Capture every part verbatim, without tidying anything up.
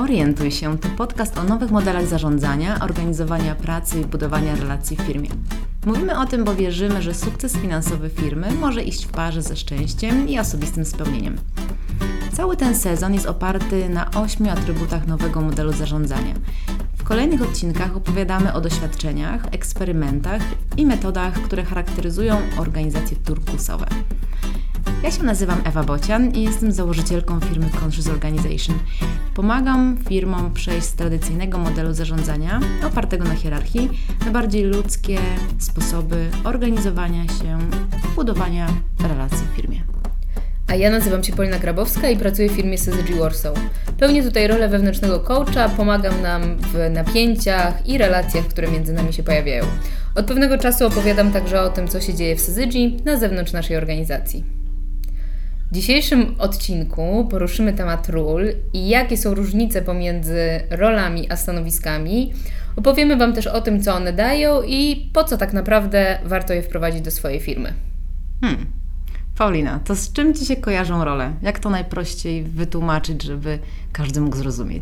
Orientuj się to podcast o nowych modelach zarządzania, organizowania pracy i budowania relacji w firmie. Mówimy o tym, bo wierzymy, że sukces finansowy firmy może iść w parze ze szczęściem i osobistym spełnieniem. Cały ten sezon jest oparty na ośmiu atrybutach nowego modelu zarządzania. W kolejnych odcinkach opowiadamy o doświadczeniach, eksperymentach i metodach, które charakteryzują organizacje turkusowe. Ja się nazywam Ewa Bocian i jestem założycielką firmy Conscious Organization. Pomagam firmom przejść z tradycyjnego modelu zarządzania, opartego na hierarchii, na bardziej ludzkie sposoby organizowania się, budowania relacji w firmie. A ja nazywam się Polina Grabowska i pracuję w firmie C Z G Warsaw. Pełnię tutaj rolę wewnętrznego coacha, pomagam nam w napięciach i relacjach, które między nami się pojawiają. Od pewnego czasu opowiadam także o tym, co się dzieje w C Z G na zewnątrz naszej organizacji. W dzisiejszym odcinku poruszymy temat ról i jakie są różnice pomiędzy rolami a stanowiskami. Opowiemy Wam też o tym, co one dają i po co tak naprawdę warto je wprowadzić do swojej firmy. Hmm. Paulina, to z czym Ci się kojarzą role? Jak to najprościej wytłumaczyć, żeby każdy mógł zrozumieć?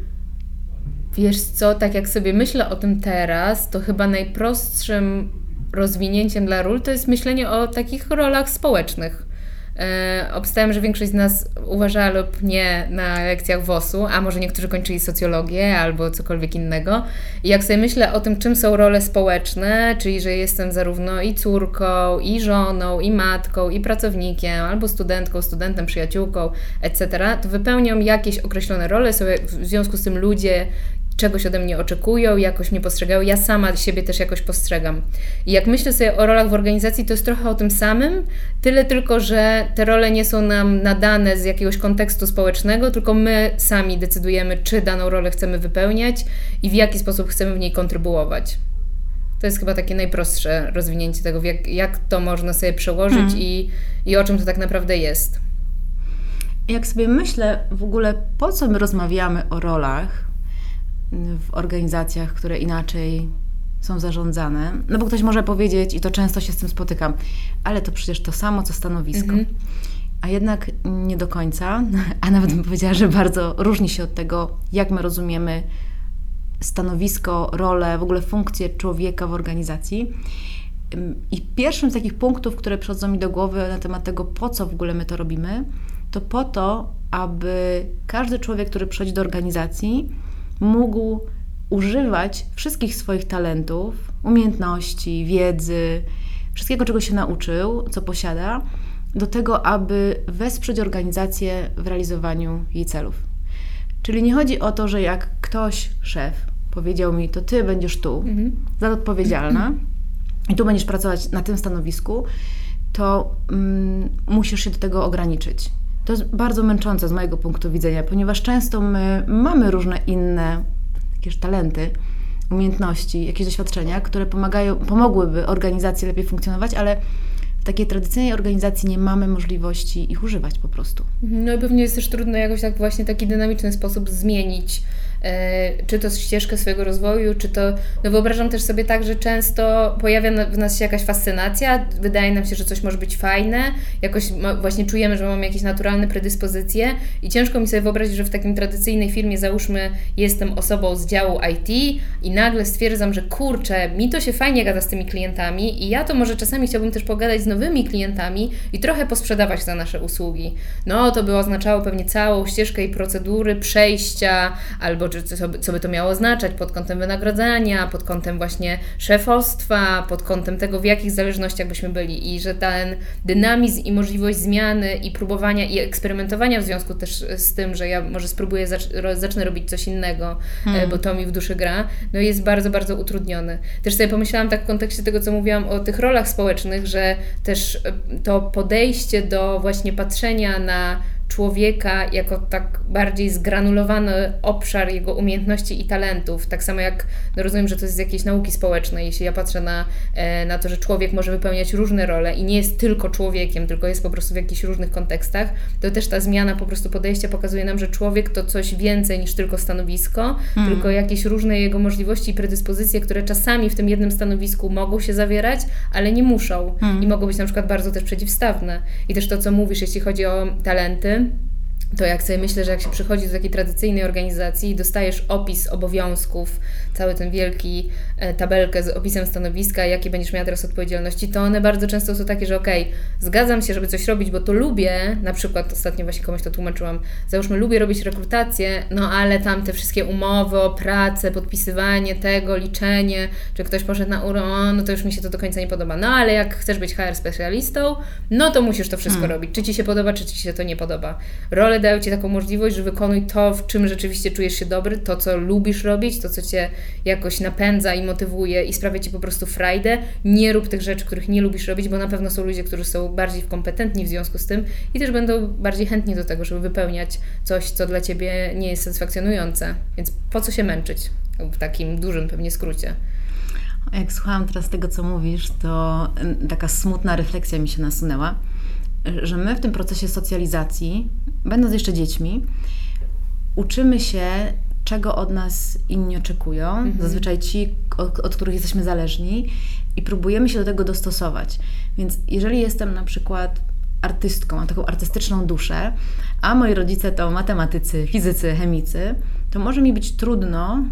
Wiesz co, tak jak sobie myślę o tym teraz, to chyba najprostszym rozwinięciem dla ról to jest myślenie o takich rolach społecznych. E, obstawiam, że większość z nas uważała lub nie na lekcjach W O S u, a może niektórzy kończyli socjologię albo cokolwiek innego. I jak sobie myślę o tym, czym są role społeczne, czyli że jestem zarówno i córką, i żoną, i matką, i pracownikiem, albo studentką, studentem, przyjaciółką, et cetera, to wypełniam jakieś określone role, są w związku z tym ludzie czegoś ode mnie oczekują, jakoś mnie postrzegają, ja sama siebie też jakoś postrzegam. I jak myślę sobie o rolach w organizacji, to jest trochę o tym samym, tyle tylko, że te role nie są nam nadane z jakiegoś kontekstu społecznego, tylko my sami decydujemy, czy daną rolę chcemy wypełniać i w jaki sposób chcemy w niej kontrybuować. To jest chyba takie najprostsze rozwinięcie tego, jak, jak to można sobie przełożyć hmm. i, i o czym to tak naprawdę jest. Jak sobie myślę w ogóle, po co my rozmawiamy o rolach w organizacjach, które inaczej są zarządzane. No bo ktoś może powiedzieć, i to często się z tym spotykam, ale to przecież to samo, co stanowisko. Mm-hmm. A jednak nie do końca, a nawet bym powiedziała, że bardzo różni się od tego, jak my rozumiemy stanowisko, rolę, w ogóle funkcję człowieka w organizacji. I pierwszym z takich punktów, które przychodzą mi do głowy na temat tego, po co w ogóle my to robimy, to po to, aby każdy człowiek, który przychodzi do organizacji, mógł używać wszystkich swoich talentów, umiejętności, wiedzy, wszystkiego, czego się nauczył, co posiada, do tego, aby wesprzeć organizację w realizowaniu jej celów. Czyli nie chodzi o to, że jak ktoś, szef, powiedział mi, to ty będziesz tu, mhm. za to odpowiedzialna i tu będziesz pracować na tym stanowisku, to mm, musisz się do tego ograniczyć. To jest bardzo męczące z mojego punktu widzenia, ponieważ często my mamy różne inne jakieś talenty, umiejętności, jakieś doświadczenia, które pomagają, pomogłyby organizacji lepiej funkcjonować, ale w takiej tradycyjnej organizacji nie mamy możliwości ich używać po prostu. No i pewnie jest też trudno jakoś tak właśnie taki dynamiczny sposób zmienić czy to ścieżkę swojego rozwoju, czy to, no wyobrażam też sobie tak, że często pojawia w nas się jakaś fascynacja, wydaje nam się, że coś może być fajne, jakoś właśnie czujemy, że mamy jakieś naturalne predyspozycje i ciężko mi sobie wyobrazić, że w takim tradycyjnej firmie, załóżmy, jestem osobą z działu I T i nagle stwierdzam, że kurczę, mi to się fajnie gada z tymi klientami i ja to może czasami chciałbym też pogadać z nowymi klientami i trochę posprzedawać za nasze usługi. No to by oznaczało pewnie całą ścieżkę i procedury przejścia, albo czy co, co by to miało oznaczać pod kątem wynagradzania, pod kątem właśnie szefostwa, pod kątem tego, w jakich zależnościach byśmy byli i że ten dynamizm i możliwość zmiany i próbowania i eksperymentowania w związku też z tym, że ja może spróbuję, zacz- zacznę robić coś innego, hmm. bo to mi w duszy gra, no jest bardzo, bardzo utrudniony. Też sobie pomyślałam tak w kontekście tego, co mówiłam o tych rolach społecznych, że też to podejście do właśnie patrzenia na człowieka jako tak bardziej zgranulowany obszar jego umiejętności i talentów. Tak samo jak, no rozumiem, że to jest z jakiejś nauki społecznej. Jeśli ja patrzę na, na to, że człowiek może wypełniać różne role i nie jest tylko człowiekiem, tylko jest po prostu w jakichś różnych kontekstach, to też ta zmiana po prostu podejścia pokazuje nam, że człowiek to coś więcej niż tylko stanowisko, hmm. tylko jakieś różne jego możliwości i predyspozycje, które czasami w tym jednym stanowisku mogą się zawierać, ale nie muszą. Hmm. I mogą być na przykład bardzo też przeciwstawne. I też to, co mówisz, jeśli chodzi o talenty, to jak sobie myślę, że jak się przychodzi do takiej tradycyjnej organizacji i dostajesz opis obowiązków, cały ten wielki e, tabelkę z opisem stanowiska, jakie będziesz miała teraz odpowiedzialności, to one bardzo często są takie, że okej, okay, zgadzam się, żeby coś robić, bo to lubię, na przykład ostatnio właśnie komuś to tłumaczyłam, załóżmy lubię robić rekrutację, no ale tam te wszystkie umowy o pracę, podpisywanie tego, liczenie, czy ktoś poszedł na uro, no to już mi się to do końca nie podoba. No ale jak chcesz być H R specjalistą, no to musisz to wszystko hmm. robić. Czy Ci się podoba, czy Ci się to nie podoba. Role dają Ci taką możliwość, że wykonuj to, w czym rzeczywiście czujesz się dobry, to, co lubisz robić, to, co Cię jakoś napędza i motywuje i sprawia Ci po prostu frajdę. Nie rób tych rzeczy, których nie lubisz robić, bo na pewno są ludzie, którzy są bardziej kompetentni w związku z tym i też będą bardziej chętni do tego, żeby wypełniać coś, co dla Ciebie nie jest satysfakcjonujące. Więc po co się męczyć? W takim dużym pewnie skrócie. Jak słuchałam teraz tego, co mówisz, to taka smutna refleksja mi się nasunęła, że my w tym procesie socjalizacji, będąc jeszcze dziećmi, uczymy się, czego od nas inni oczekują, mhm. zazwyczaj ci, od, od których jesteśmy zależni i próbujemy się do tego dostosować. Więc jeżeli jestem na przykład artystką, mam taką artystyczną duszę, a moi rodzice to matematycy, fizycy, chemicy, to może mi być trudno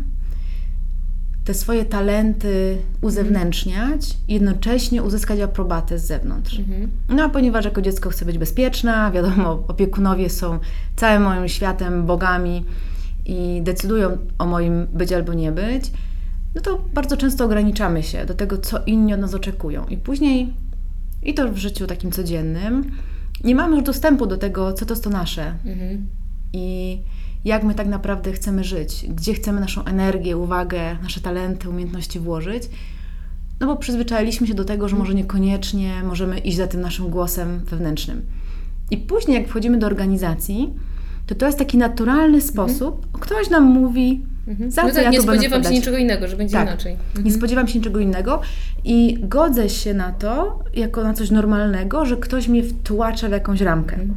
te swoje talenty uzewnętrzniać i jednocześnie uzyskać aprobatę z zewnątrz. Mhm. No a ponieważ jako dziecko chcę być bezpieczna, wiadomo, opiekunowie są całym moim światem, bogami i decydują o moim być albo nie być, no to bardzo często ograniczamy się do tego, co inni od nas oczekują. I później, i to w życiu takim codziennym, nie mamy już dostępu do tego, co to jest to nasze. Mhm. I jak my tak naprawdę chcemy żyć, gdzie chcemy naszą energię, uwagę, nasze talenty, umiejętności włożyć, no bo przyzwyczailiśmy się do tego, że może niekoniecznie możemy iść za tym naszym głosem wewnętrznym. I później jak wchodzimy do organizacji, to to jest taki naturalny sposób, mhm. ktoś nam mówi, mhm. za no co tak, ja nie to będę spodziewam się podać. niczego innego, że będzie tak. inaczej. Mhm. Nie spodziewam się niczego innego i godzę się na to, jako na coś normalnego, że ktoś mnie wtłacza w jakąś ramkę. Mhm.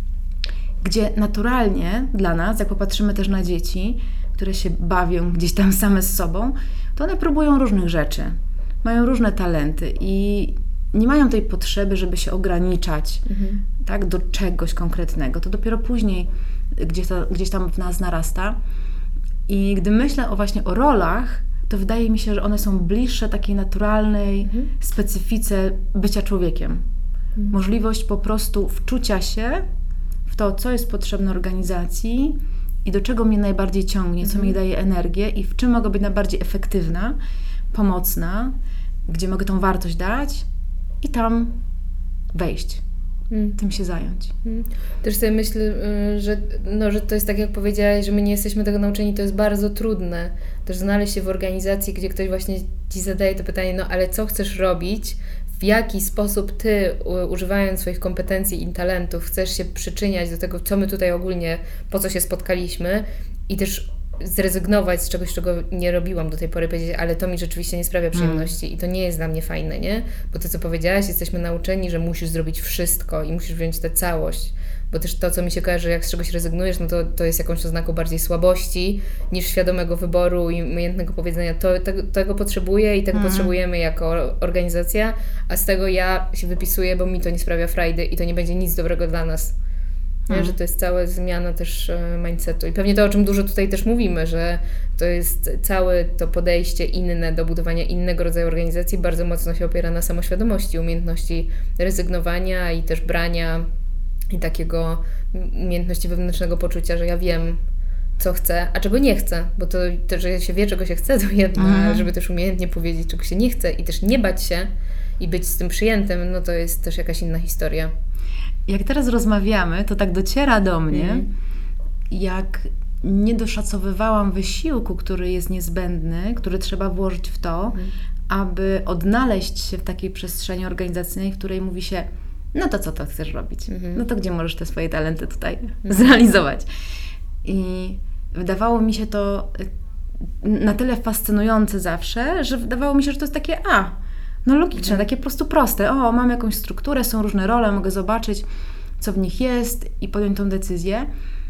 Gdzie naturalnie dla nas, jak popatrzymy też na dzieci, które się bawią gdzieś tam same z sobą, to one próbują różnych rzeczy, mają różne talenty i nie mają tej potrzeby, żeby się ograniczać mhm. tak, do czegoś konkretnego. To dopiero później gdzieś, to, gdzieś tam w nas narasta. I gdy myślę o właśnie o rolach, to wydaje mi się, że one są bliższe takiej naturalnej mhm. specyfice bycia człowiekiem. Mhm. Możliwość po prostu wczucia się w to, co jest potrzebne organizacji i do czego mnie najbardziej ciągnie, co mhm. mi daje energię i w czym mogę być najbardziej efektywna, pomocna, gdzie mogę tą wartość dać i tam wejść, hmm. tym się zająć. Hmm. Też sobie myślę, że, no, że to jest tak, jak powiedziałaś, że my nie jesteśmy tego nauczeni, to jest bardzo trudne. Też znaleźć się w organizacji, gdzie ktoś właśnie Ci zadaje to pytanie, no ale co chcesz robić? W jaki sposób Ty, używając swoich kompetencji i talentów, chcesz się przyczyniać do tego, co my tutaj ogólnie, po co się spotkaliśmy i też zrezygnować z czegoś, czego nie robiłam do tej pory, powiedzieć, ale to mi rzeczywiście nie sprawia przyjemności mm. i to nie jest dla mnie fajne, nie? Bo to, co powiedziałaś, jesteśmy nauczeni, że musisz zrobić wszystko i musisz wziąć tę całość, bo też to, co mi się kojarzy, jak z czegoś rezygnujesz, no to, to jest jakąś oznaką bardziej słabości niż świadomego wyboru i umiejętnego powiedzenia, to, tego, tego potrzebuję i tego mm. potrzebujemy jako organizacja, a z tego ja się wypisuję, bo mi to nie sprawia frajdy i to nie będzie nic dobrego dla nas. Nie? Że to jest cała zmiana też mindsetu. I pewnie to, o czym dużo tutaj też mówimy, że to jest całe to podejście inne do budowania innego rodzaju organizacji, bardzo mocno się opiera na samoświadomości, umiejętności rezygnowania i też brania i takiego umiejętności wewnętrznego poczucia, że ja wiem, co chcę, a czego nie chcę, bo to, to że się wie, czego się chce, to jedno, mm. ale żeby też umiejętnie powiedzieć, czego się nie chce i też nie bać się i być z tym przyjętym, no to jest też jakaś inna historia. Jak teraz rozmawiamy, to tak dociera do mnie, mm. jak nie doszacowywałam wysiłku, który jest niezbędny, który trzeba włożyć w to, mm. aby odnaleźć się w takiej przestrzeni organizacyjnej, w której mówi się, no to co to chcesz robić? Mm-hmm. No to gdzie możesz te swoje talenty tutaj mm. zrealizować? I wydawało mi się to na tyle fascynujące zawsze, że wydawało mi się, że to jest takie, a, no logiczne, takie po prostu proste. O, mam jakąś strukturę, są różne role, mogę zobaczyć, co w nich jest i podjąć tą decyzję.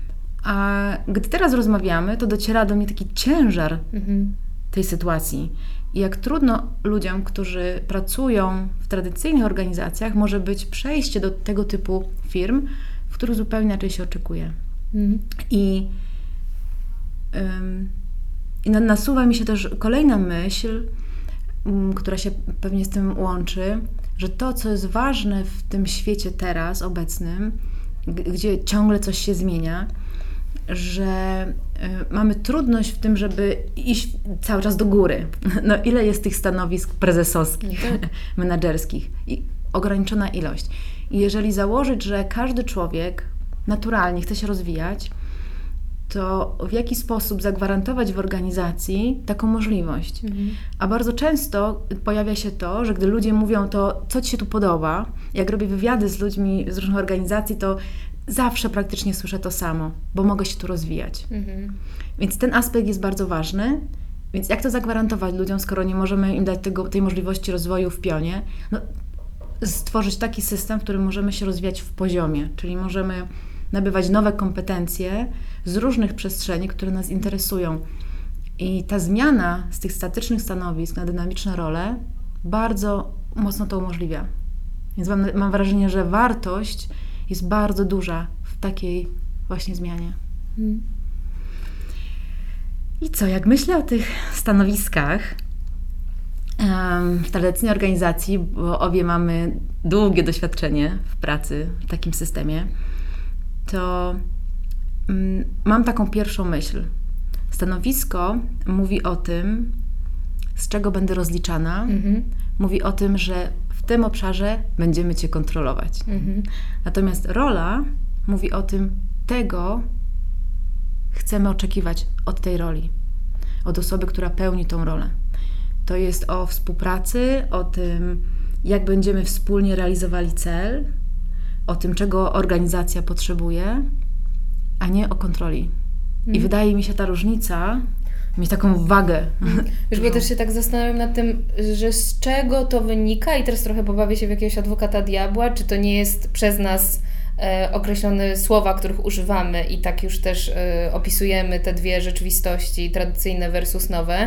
A gdy teraz rozmawiamy, to dociera do mnie taki ciężar mhm. tej sytuacji. I jak trudno ludziom, którzy pracują w tradycyjnych organizacjach, może być przejście do tego typu firm, w których zupełnie inaczej się oczekuje. Mhm. I, ym, i na- nasuwa mi się też kolejna myśl, ym, która się pewnie z tym łączy, że to, co jest ważne w tym świecie teraz obecnym, g- gdzie ciągle coś się zmienia, że y, mamy trudność w tym, żeby iść cały czas do góry. No ile jest tych stanowisk prezesowskich, Tak. menadżerskich? I ograniczona ilość. I jeżeli założyć, że każdy człowiek naturalnie chce się rozwijać, to w jaki sposób zagwarantować w organizacji taką możliwość? Mhm. A bardzo często pojawia się to, że gdy ludzie mówią to, co ci się tu podoba, jak robię wywiady z ludźmi z różnych organizacji, to zawsze praktycznie słyszę to samo, bo mogę się tu rozwijać. Mhm. Więc ten aspekt jest bardzo ważny. Więc jak to zagwarantować ludziom, skoro nie możemy im dać tego, tej możliwości rozwoju w pionie? No, stworzyć taki system, w którym możemy się rozwijać w poziomie, czyli możemy nabywać nowe kompetencje z różnych przestrzeni, które nas interesują. I ta zmiana z tych statycznych stanowisk na dynamiczne role bardzo mocno to umożliwia. Więc mam, mam wrażenie, że wartość jest bardzo duża w takiej właśnie zmianie. Mhm. I co, jak myślę o tych stanowiskach em, w tradycyjnej organizacji, bo obie mamy długie doświadczenie w pracy w takim systemie, to mm, mam taką pierwszą myśl. Stanowisko mówi o tym, z czego będę rozliczana. Mhm. Mówi o tym, że w tym obszarze będziemy Cię kontrolować. Mhm. Natomiast rola mówi o tym, tego chcemy oczekiwać od tej roli, od osoby, która pełni tą rolę. To jest o współpracy, o tym, jak będziemy wspólnie realizowali cel, o tym, czego organizacja potrzebuje, a nie o kontroli. I wydaje mi się ta różnica mieć taką wagę. Wiesz, bo też się tak zastanawiam nad tym, że z czego to wynika i teraz trochę pobawię się w jakiegoś adwokata diabła, czy to nie jest przez nas e, określone słowa, których używamy i tak już też e, opisujemy te dwie rzeczywistości, tradycyjne versus nowe.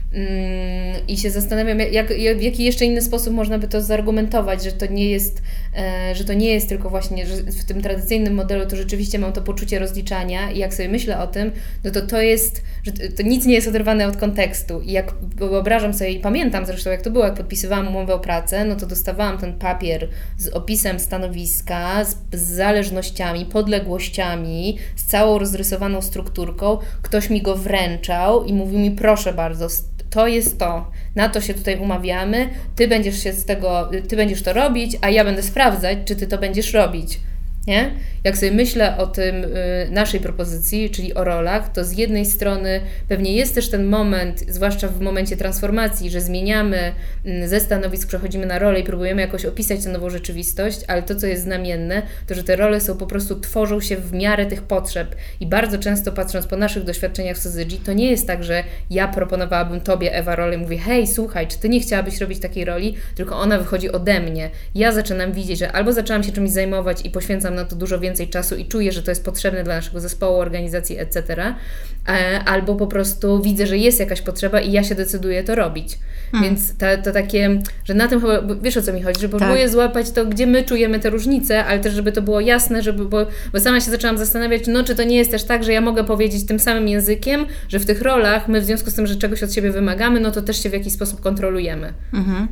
Mm, I się zastanawiam, jak, jak, w jaki jeszcze inny sposób można by to zargumentować, że to nie jest, e, że to nie jest tylko właśnie, że w tym tradycyjnym modelu to rzeczywiście mam to poczucie rozliczania i jak sobie myślę o tym, no to to jest, że to, to nic nie jest oderwane od kontekstu i jak wyobrażam sobie i pamiętam zresztą jak to było, jak podpisywałam umowę o pracę, no to dostawałam ten papier z opisem stanowiska, z, z zależnościami, podległościami, z całą rozrysowaną strukturką, ktoś mi go wręczał i mówił mi proszę bardzo, to jest to, na to się tutaj umawiamy, ty będziesz się z tego, ty będziesz to robić, a ja będę sprawdzać, czy ty to będziesz robić. Nie? Jak sobie myślę o tym y, naszej propozycji, czyli o rolach, to z jednej strony pewnie jest też ten moment, zwłaszcza w momencie transformacji, że zmieniamy y, ze stanowisk, przechodzimy na role i próbujemy jakoś opisać tę nową rzeczywistość, ale to, co jest znamienne, to że te role są po prostu, tworzą się w miarę tych potrzeb i bardzo często patrząc po naszych doświadczeniach w Sozydzi, to nie jest tak, że ja proponowałabym Tobie, Ewa, rolę i mówię, hej, słuchaj, czy Ty nie chciałabyś robić takiej roli, tylko ona wychodzi ode mnie. Ja zaczynam widzieć, że albo zaczęłam się czymś zajmować i poświęcam na to dużo więcej czasu i czuję, że to jest potrzebne dla naszego zespołu, organizacji, et cetera. Albo po prostu widzę, że jest jakaś potrzeba i ja się decyduję to robić. Hmm. Więc to, to takie, że na tym chyba, wiesz o co mi chodzi, że próbuję tak. złapać to, gdzie my czujemy te różnice, ale też żeby to było jasne, żeby, bo, bo sama się zaczęłam zastanawiać, no czy to nie jest też tak, że ja mogę powiedzieć tym samym językiem, że w tych rolach my w związku z tym, że czegoś od siebie wymagamy, no to też się w jakiś sposób kontrolujemy. Mhm.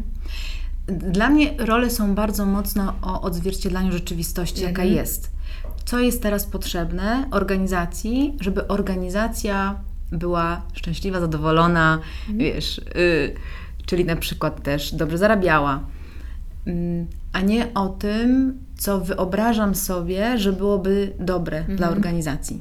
Dla mnie role są bardzo mocno o odzwierciedlaniu rzeczywistości, mhm. jaka jest. Co jest teraz potrzebne organizacji, żeby organizacja była szczęśliwa, zadowolona, mhm. wiesz, y, czyli na przykład też dobrze zarabiała, y, a nie o tym, co wyobrażam sobie, że byłoby dobre mhm. dla organizacji.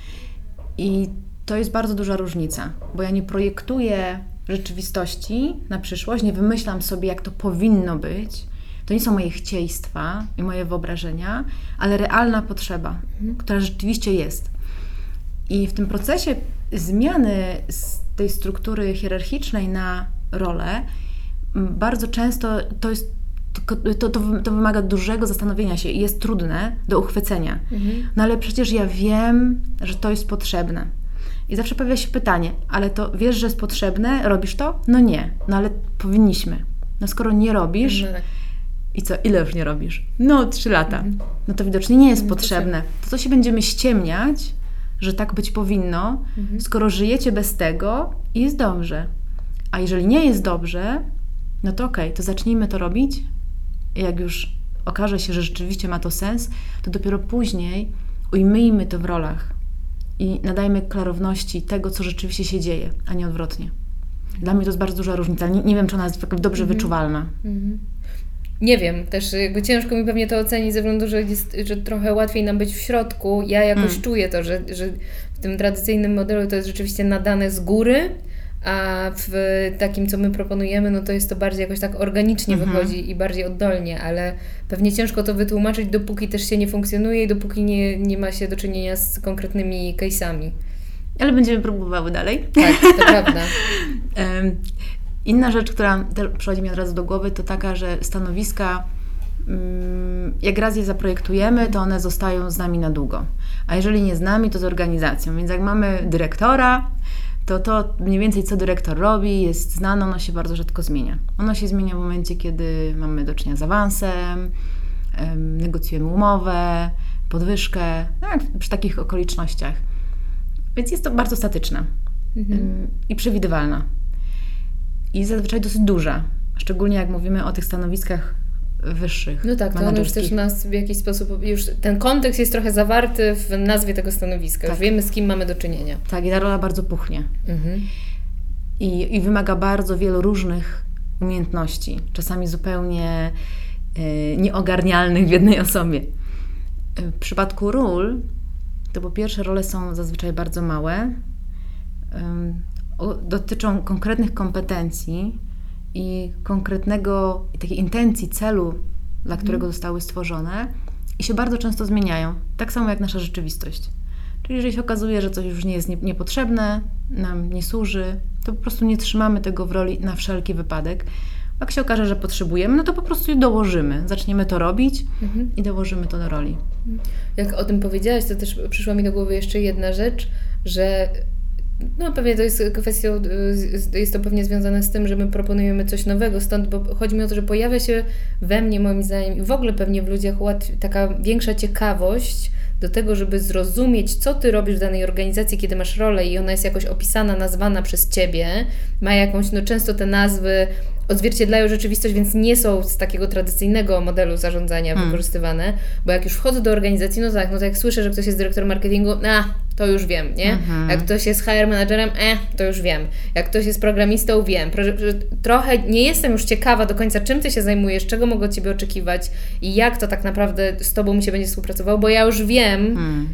I to jest bardzo duża różnica, bo ja nie projektuję rzeczywistości na przyszłość, nie wymyślam sobie, jak to powinno być. To nie są moje chcieństwa i moje wyobrażenia, ale realna potrzeba, mhm. która rzeczywiście jest. I w tym procesie zmiany z tej struktury hierarchicznej na rolę bardzo często to jest to, to, to wymaga dużego zastanowienia się i jest trudne do uchwycenia. Mhm. No ale przecież ja wiem, że to jest potrzebne. I zawsze pojawia się pytanie, ale to wiesz, że jest potrzebne, robisz to? No nie, no ale powinniśmy. No skoro nie robisz, no tak. I co, ile już nie robisz? No trzy lata. Mhm. No to widocznie nie jest mhm, potrzebne. To co się będziemy ściemniać, że tak być powinno, Mhm. skoro żyjecie bez tego i jest dobrze. A jeżeli nie jest dobrze, no to okej, to zacznijmy to robić. I jak już okaże się, że rzeczywiście ma to sens, to dopiero później ujmijmy to w rolach i nadajmy klarowności tego, co rzeczywiście się dzieje, a nie odwrotnie. Dla mnie to jest bardzo duża różnica. Nie, nie wiem, czy ona jest tak dobrze Mhm. wyczuwalna. Mhm. Nie wiem, też jakby ciężko mi pewnie to ocenić ze względu, że, jest, że trochę łatwiej nam być w środku. Ja jakoś Mm. czuję to, że, że w tym tradycyjnym modelu to jest rzeczywiście nadane z góry, a w takim, co my proponujemy, no to jest to bardziej jakoś tak organicznie Mhm. wychodzi i bardziej oddolnie, ale pewnie ciężko to wytłumaczyć, dopóki też się nie funkcjonuje i dopóki nie, nie ma się do czynienia z konkretnymi case'ami. Ale będziemy próbowały dalej. Tak, to prawda. Em, Inna rzecz, która też przychodzi mi od razu do głowy, to taka, że stanowiska, mm, jak raz je zaprojektujemy, to one zostają z nami na długo. A jeżeli nie z nami, to z organizacją. Więc jak mamy dyrektora, to to mniej więcej co dyrektor robi jest znane, ono się bardzo rzadko zmienia. Ono się zmienia w momencie, kiedy mamy do czynienia z awansem, em, negocjujemy umowę, podwyżkę, tak, przy takich okolicznościach. Więc jest to bardzo statyczne Mhm. ym, i przewidywalna. I zazwyczaj dosyć duża, szczególnie jak mówimy o tych stanowiskach wyższych, No tak, to on już menedżerskich. też nas w jakiś sposób, już ten kontekst jest trochę zawarty w nazwie tego stanowiska. Już Tak. wiemy, z kim mamy do czynienia. Tak, i ta rola bardzo puchnie. Mhm. I, i wymaga bardzo wielu różnych umiejętności, czasami zupełnie e, nieogarnialnych w jednej osobie. E, W przypadku ról, to po pierwsze role są zazwyczaj bardzo małe, em, o, dotyczą konkretnych kompetencji i konkretnego, i takiej intencji, celu, dla którego zostały stworzone i się bardzo często zmieniają, tak samo jak nasza rzeczywistość. Czyli jeżeli się okazuje, że coś już nie jest nie- niepotrzebne, nam nie służy, to po prostu nie trzymamy tego w roli na wszelki wypadek. Jak się okaże, że potrzebujemy, no to po prostu je dołożymy. Zaczniemy to robić Mhm. i dołożymy to do roli. Jak o tym powiedziałaś, to też przyszła mi do głowy jeszcze jedna rzecz, że no pewnie to jest kwestią, y, jest to pewnie związane z tym, że my proponujemy coś nowego, stąd, bo chodzi mi o to, że pojawia się we mnie moim zdaniem i w ogóle pewnie w ludziach łatw, taka większa ciekawość do tego, żeby zrozumieć, co Ty robisz w danej organizacji, kiedy masz rolę i ona jest jakoś opisana, nazwana przez Ciebie, ma jakąś, no często te nazwy odzwierciedlają rzeczywistość, więc nie są z takiego tradycyjnego modelu zarządzania Hmm. wykorzystywane, bo jak już wchodzę do organizacji, no tak, no to jak słyszę, że ktoś jest dyrektor marketingu, a, to już wiem, nie? Mhm. Jak ktoś jest H R managerem, e, to już wiem. Jak ktoś jest programistą, wiem. Pro, że trochę nie jestem już ciekawa do końca, czym Ty się zajmujesz, czego mogę od Ciebie oczekiwać i jak to tak naprawdę z Tobą mi się będzie współpracowało, bo ja już wiem, Hmm.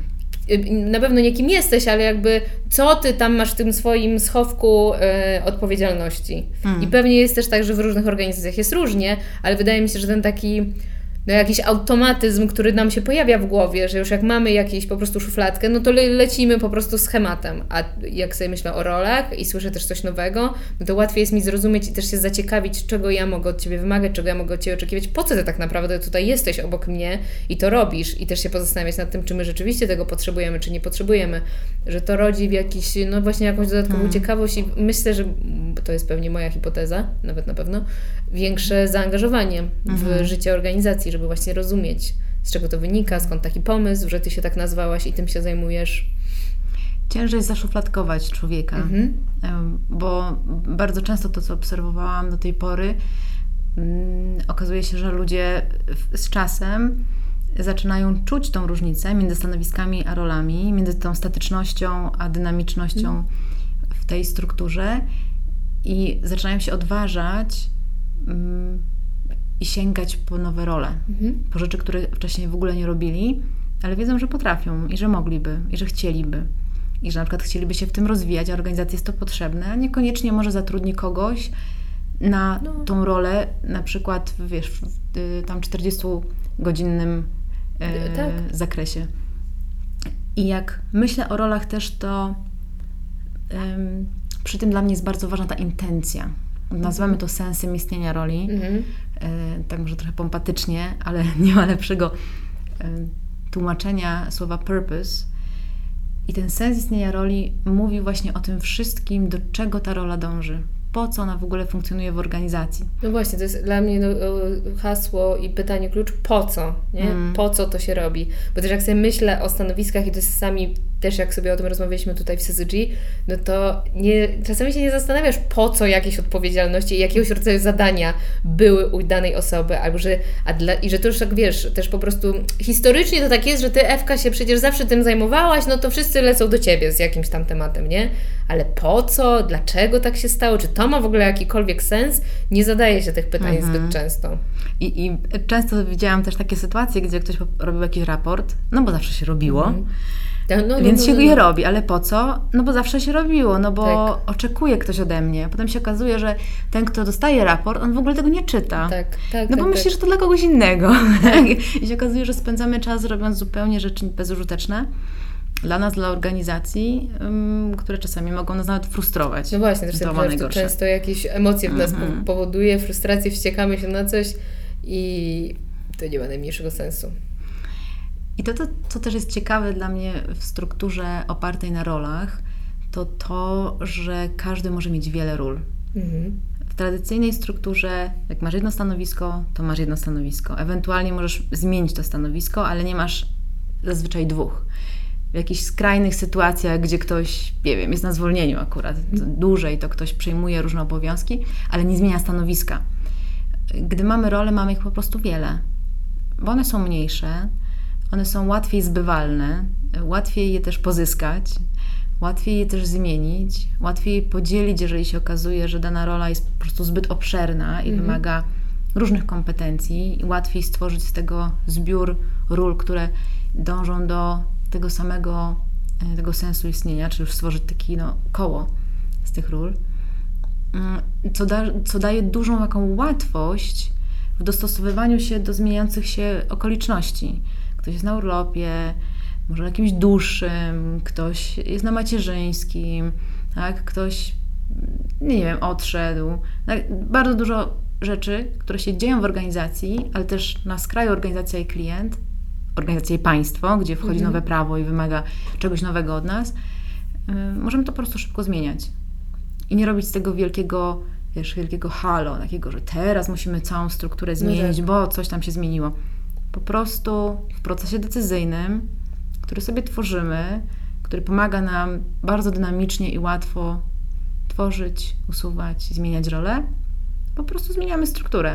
na pewno nie kim jesteś, ale jakby co Ty tam masz w tym swoim schowku e, odpowiedzialności. Hmm. I pewnie jest też tak, że w różnych organizacjach jest różnie, ale wydaje mi się, że ten taki no jakiś automatyzm, który nam się pojawia w głowie, że już jak mamy jakieś po prostu szufladkę, no to le- lecimy po prostu schematem. A jak sobie myślę o rolach i słyszę też coś nowego, no to łatwiej jest mi zrozumieć i też się zaciekawić, czego ja mogę od Ciebie wymagać, czego ja mogę od Ciebie oczekiwać, po co Ty tak naprawdę tutaj jesteś obok mnie i to robisz i też się pozastanawiać nad tym, czy my rzeczywiście tego potrzebujemy, czy nie potrzebujemy, że to rodzi w jakiś, no właśnie jakąś dodatkową Hmm. ciekawość i myślę, że to jest pewnie moja hipoteza, nawet na pewno, większe zaangażowanie w Mhm. życie organizacji, żeby właśnie rozumieć, z czego to wynika, skąd taki pomysł, że Ty się tak nazwałaś i tym się zajmujesz. Ciężej jest zaszufladkować człowieka, Mhm. em, bo bardzo często to, co obserwowałam do tej pory, mm, okazuje się, że ludzie w- z czasem zaczynają czuć tą różnicę między stanowiskami a rolami, między tą statycznością a dynamicznością Mhm. w tej strukturze i zaczynają się odważać mm, i sięgać po nowe role, Mhm. po rzeczy, które wcześniej w ogóle nie robili, ale wiedzą, że potrafią i że mogliby, i że chcieliby. I że na przykład chcieliby się w tym rozwijać, a organizacji jest to potrzebne, a niekoniecznie może zatrudni kogoś na No. tą rolę, na przykład w, wiesz, w y, tam czterdziestogodzinnym e, Tak. zakresie. I jak myślę o rolach też, to em, przy tym dla mnie jest bardzo ważna ta intencja. Nazywamy to sensem istnienia roli. Mhm. E, tak może trochę pompatycznie, ale nie ma lepszego e, tłumaczenia słowa purpose. I ten sens istnienia roli mówi właśnie o tym wszystkim, do czego ta rola dąży. Po co ona w ogóle funkcjonuje w organizacji. No właśnie, to jest dla mnie no, o, hasło i pytanie klucz, po co, nie? Mm. Po co to się robi? Bo też jak sobie myślę o stanowiskach i to jest sami też jak sobie o tym rozmawialiśmy tutaj w C Z G, no to nie, czasami się nie zastanawiasz, po co jakieś odpowiedzialności i jakiegoś rodzaju zadania były u danej osoby, albo że, a dla, i że to już tak wiesz, też po prostu historycznie to tak jest, że ty, Ewka, się przecież zawsze tym zajmowałaś, no to wszyscy lecą do ciebie z jakimś tam tematem, nie? Ale po co? Dlaczego tak się stało? Czy to ma w ogóle jakikolwiek sens? Nie zadaje się tych pytań mhm. zbyt często. I, I często widziałam też takie sytuacje, gdzie ktoś robił jakiś raport, no bo zawsze się robiło, mhm. No, no, więc no, się no, no. je robi, ale po co? No bo zawsze się robiło, no bo tak. oczekuje ktoś ode mnie. Potem się okazuje, że ten, kto dostaje raport, on w ogóle tego nie czyta. Tak, tak, no bo tak, myśli, tak. że to dla kogoś innego. Tak. I się okazuje, że spędzamy czas robiąc zupełnie rzeczy bezużyteczne dla nas, dla organizacji, um, które czasami mogą nas nawet frustrować. No właśnie, też to to często jakieś emocje w nas mm-hmm. powoduje, frustrację, wściekamy się na coś i to nie ma najmniejszego sensu. I to, to, co też jest ciekawe dla mnie w strukturze opartej na rolach, to to, że każdy może mieć wiele ról. Mhm. W tradycyjnej strukturze, jak masz jedno stanowisko, to masz jedno stanowisko. Ewentualnie możesz zmienić to stanowisko, ale nie masz zazwyczaj dwóch. W jakichś skrajnych sytuacjach, gdzie ktoś, nie wiem, jest na zwolnieniu akurat mhm. dłużej, to ktoś przejmuje różne obowiązki, ale nie zmienia stanowiska. Gdy mamy role, mamy ich po prostu wiele, bo one są mniejsze, one są łatwiej zbywalne, łatwiej je też pozyskać, łatwiej je też zmienić, łatwiej je podzielić, jeżeli się okazuje, że dana rola jest po prostu zbyt obszerna i mhm. wymaga różnych kompetencji i łatwiej stworzyć z tego zbiór ról, które dążą do tego samego, tego sensu istnienia, czy już stworzyć takie no, koło z tych ról, co, da, co daje dużą taką łatwość w dostosowywaniu się do zmieniających się okoliczności. Ktoś jest na urlopie, może na jakimś dłuższym, ktoś jest na macierzyńskim, tak? Ktoś, nie wiem, odszedł. Tak? Bardzo dużo rzeczy, które się dzieją w organizacji, ale też na skraju organizacja i klient, organizacja i państwo, gdzie wchodzi mhm. nowe prawo i wymaga czegoś nowego od nas, yy, możemy to po prostu szybko zmieniać. I nie robić z tego wielkiego, wiesz, wielkiego halo, takiego, że teraz musimy całą strukturę zmienić, no tak. bo coś tam się zmieniło. Po prostu w procesie decyzyjnym, który sobie tworzymy, który pomaga nam bardzo dynamicznie i łatwo tworzyć, usuwać, zmieniać rolę, po prostu zmieniamy strukturę.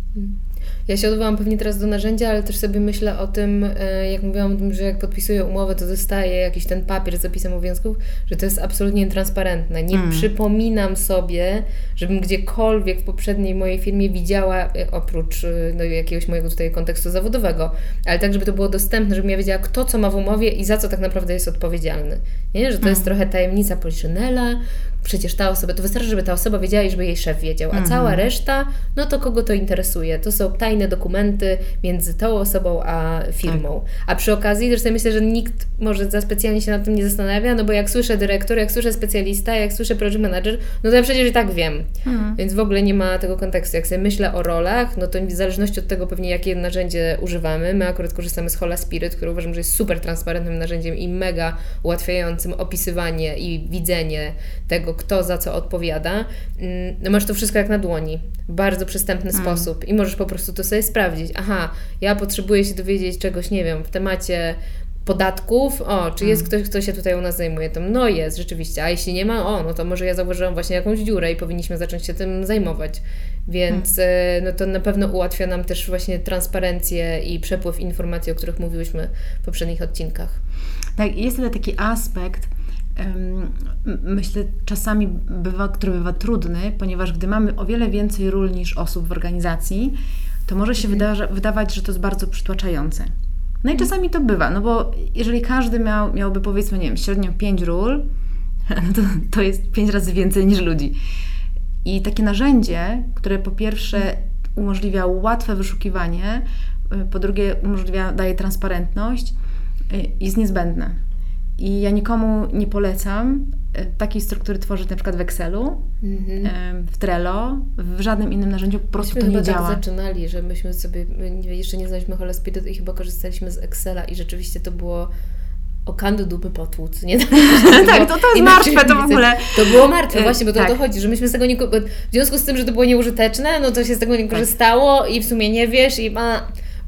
Ja się odwołam pewnie teraz do narzędzia, ale też sobie myślę o tym, jak mówiłam o tym, że jak podpisuję umowę, to dostaję jakiś ten papier z zapisem obowiązków, że to jest absolutnie nietransparentne. Nie mm. przypominam sobie, żebym gdziekolwiek w poprzedniej mojej firmie widziała, oprócz no, jakiegoś mojego tutaj kontekstu zawodowego, ale tak, żeby to było dostępne, żebym ja wiedziała, kto co ma w umowie i za co tak naprawdę jest odpowiedzialny. Nie? Że to mm. jest trochę tajemnica Poliszynela, przecież ta osoba, to wystarczy, żeby ta osoba wiedziała i żeby jej szef wiedział, a mm. cała reszta, no to kogo to interesuje? To są tajne dokumenty między tą osobą a firmą. Tak. A przy okazji, zresztą myślę, że nikt może za specjalnie się nad tym nie zastanawia, no bo jak słyszę dyrektor, jak słyszę specjalista, jak słyszę project manager, no to ja przecież i tak wiem. Mm. Więc w ogóle nie ma tego kontekstu. Jak sobie myślę o rolach, no to w zależności od tego pewnie jakie narzędzie używamy, my akurat korzystamy z Hola Spirit, który uważam, że jest super transparentnym narzędziem i mega ułatwiającym opisywanie i widzenie tego, kto za co odpowiada. No masz to wszystko jak na dłoni. W bardzo przystępny mm. sposób i możesz po prostu to sobie sprawdzić. Aha, ja potrzebuję się dowiedzieć czegoś, nie wiem, w temacie podatków, o, czy jest mm. ktoś, kto się tutaj u nas zajmuje tym? No jest, rzeczywiście, a jeśli nie ma, o, no to może ja zauważyłam właśnie jakąś dziurę i powinniśmy zacząć się tym zajmować. Więc mm. no to na pewno ułatwia nam też właśnie transparencję i przepływ informacji, o których mówiłyśmy w poprzednich odcinkach. Tak, jest tutaj taki aspekt, myślę, czasami bywa, który bywa trudny, ponieważ gdy mamy o wiele więcej ról niż osób w organizacji, to może się mhm. wyda- wydawać, że to jest bardzo przytłaczające. No i czasami to bywa, no bo jeżeli każdy miał, miałby powiedzmy, nie wiem, średnio pięć ról, no to, to jest pięć razy więcej niż ludzi. I takie narzędzie, które po pierwsze umożliwia łatwe wyszukiwanie, po drugie umożliwia, daje transparentność, jest niezbędne. I ja nikomu nie polecam takiej struktury tworzyć na przykład w Excelu, mm-hmm. w Trello, w żadnym innym narzędziu, po prostu myśmy to nie działa. działa. Tak zaczynali, że myśmy sobie, my jeszcze nie znaliśmy Hola Spirit i chyba korzystaliśmy z Excela i rzeczywiście to było o kandy dupy potłuc, nie? Tak, to, to jest martwe, to w ogóle. To było martwe, właśnie, bo to tak. o to chodzi, że myśmy z tego nie, w związku z tym, że to było nieużyteczne, no to się z tego nie korzystało i w sumie nie wiesz i ma...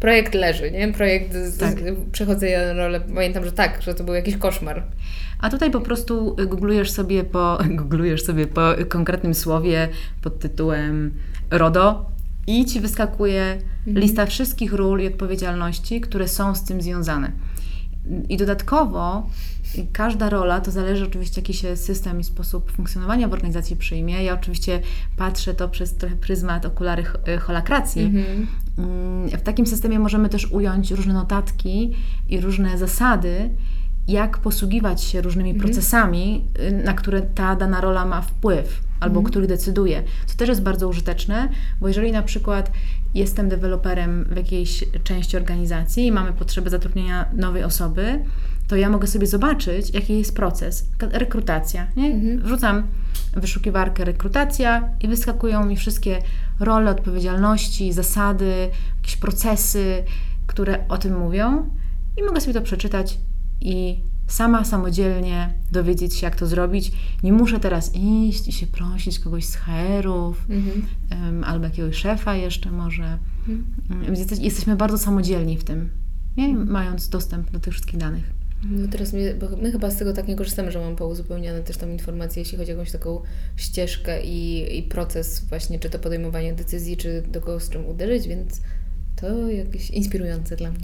projekt leży, nie? Projekt z, Tak. z, przechodzenia na rolę. Pamiętam, że tak, że to był jakiś koszmar. A tutaj po prostu googlujesz sobie po, googlujesz sobie po konkretnym słowie pod tytułem RODO i ci wyskakuje Mhm. lista wszystkich ról i odpowiedzialności, które są z tym związane. I dodatkowo każda rola, to zależy oczywiście jaki się system i sposób funkcjonowania w organizacji przyjmie. Ja oczywiście patrzę to przez trochę pryzmat okulary ch- holakracji. Mhm. W takim systemie możemy też ująć różne notatki i różne zasady, jak posługiwać się różnymi Mhm. procesami, y, na które ta dana rola ma wpływ, albo Mhm. o których decyduje. Co też jest bardzo użyteczne, bo jeżeli na przykład jestem deweloperem w jakiejś części organizacji i mamy potrzebę zatrudnienia nowej osoby, to ja mogę sobie zobaczyć, jaki jest proces. Ka- Rekrutacja. Nie? Mhm. Wrzucam w wyszukiwarkę rekrutacja i wyskakują mi wszystkie role, odpowiedzialności, zasady, jakieś procesy, które o tym mówią i mogę sobie to przeczytać i sama samodzielnie dowiedzieć się, jak to zrobić. Nie muszę teraz iść i się prosić kogoś z herów, Mhm. em, albo jakiegoś szefa jeszcze może. Mhm. Więc jesteś, jesteśmy bardzo samodzielni w tym, nie? Mając dostęp do tych wszystkich danych. No teraz my, bo my chyba z tego tak nie korzystamy, że mam pouzupełniane też tam informacje, jeśli chodzi o jakąś taką ścieżkę i, i proces właśnie, czy to podejmowanie decyzji, czy do kogo z czym uderzyć, więc to jakieś inspirujące dla mnie.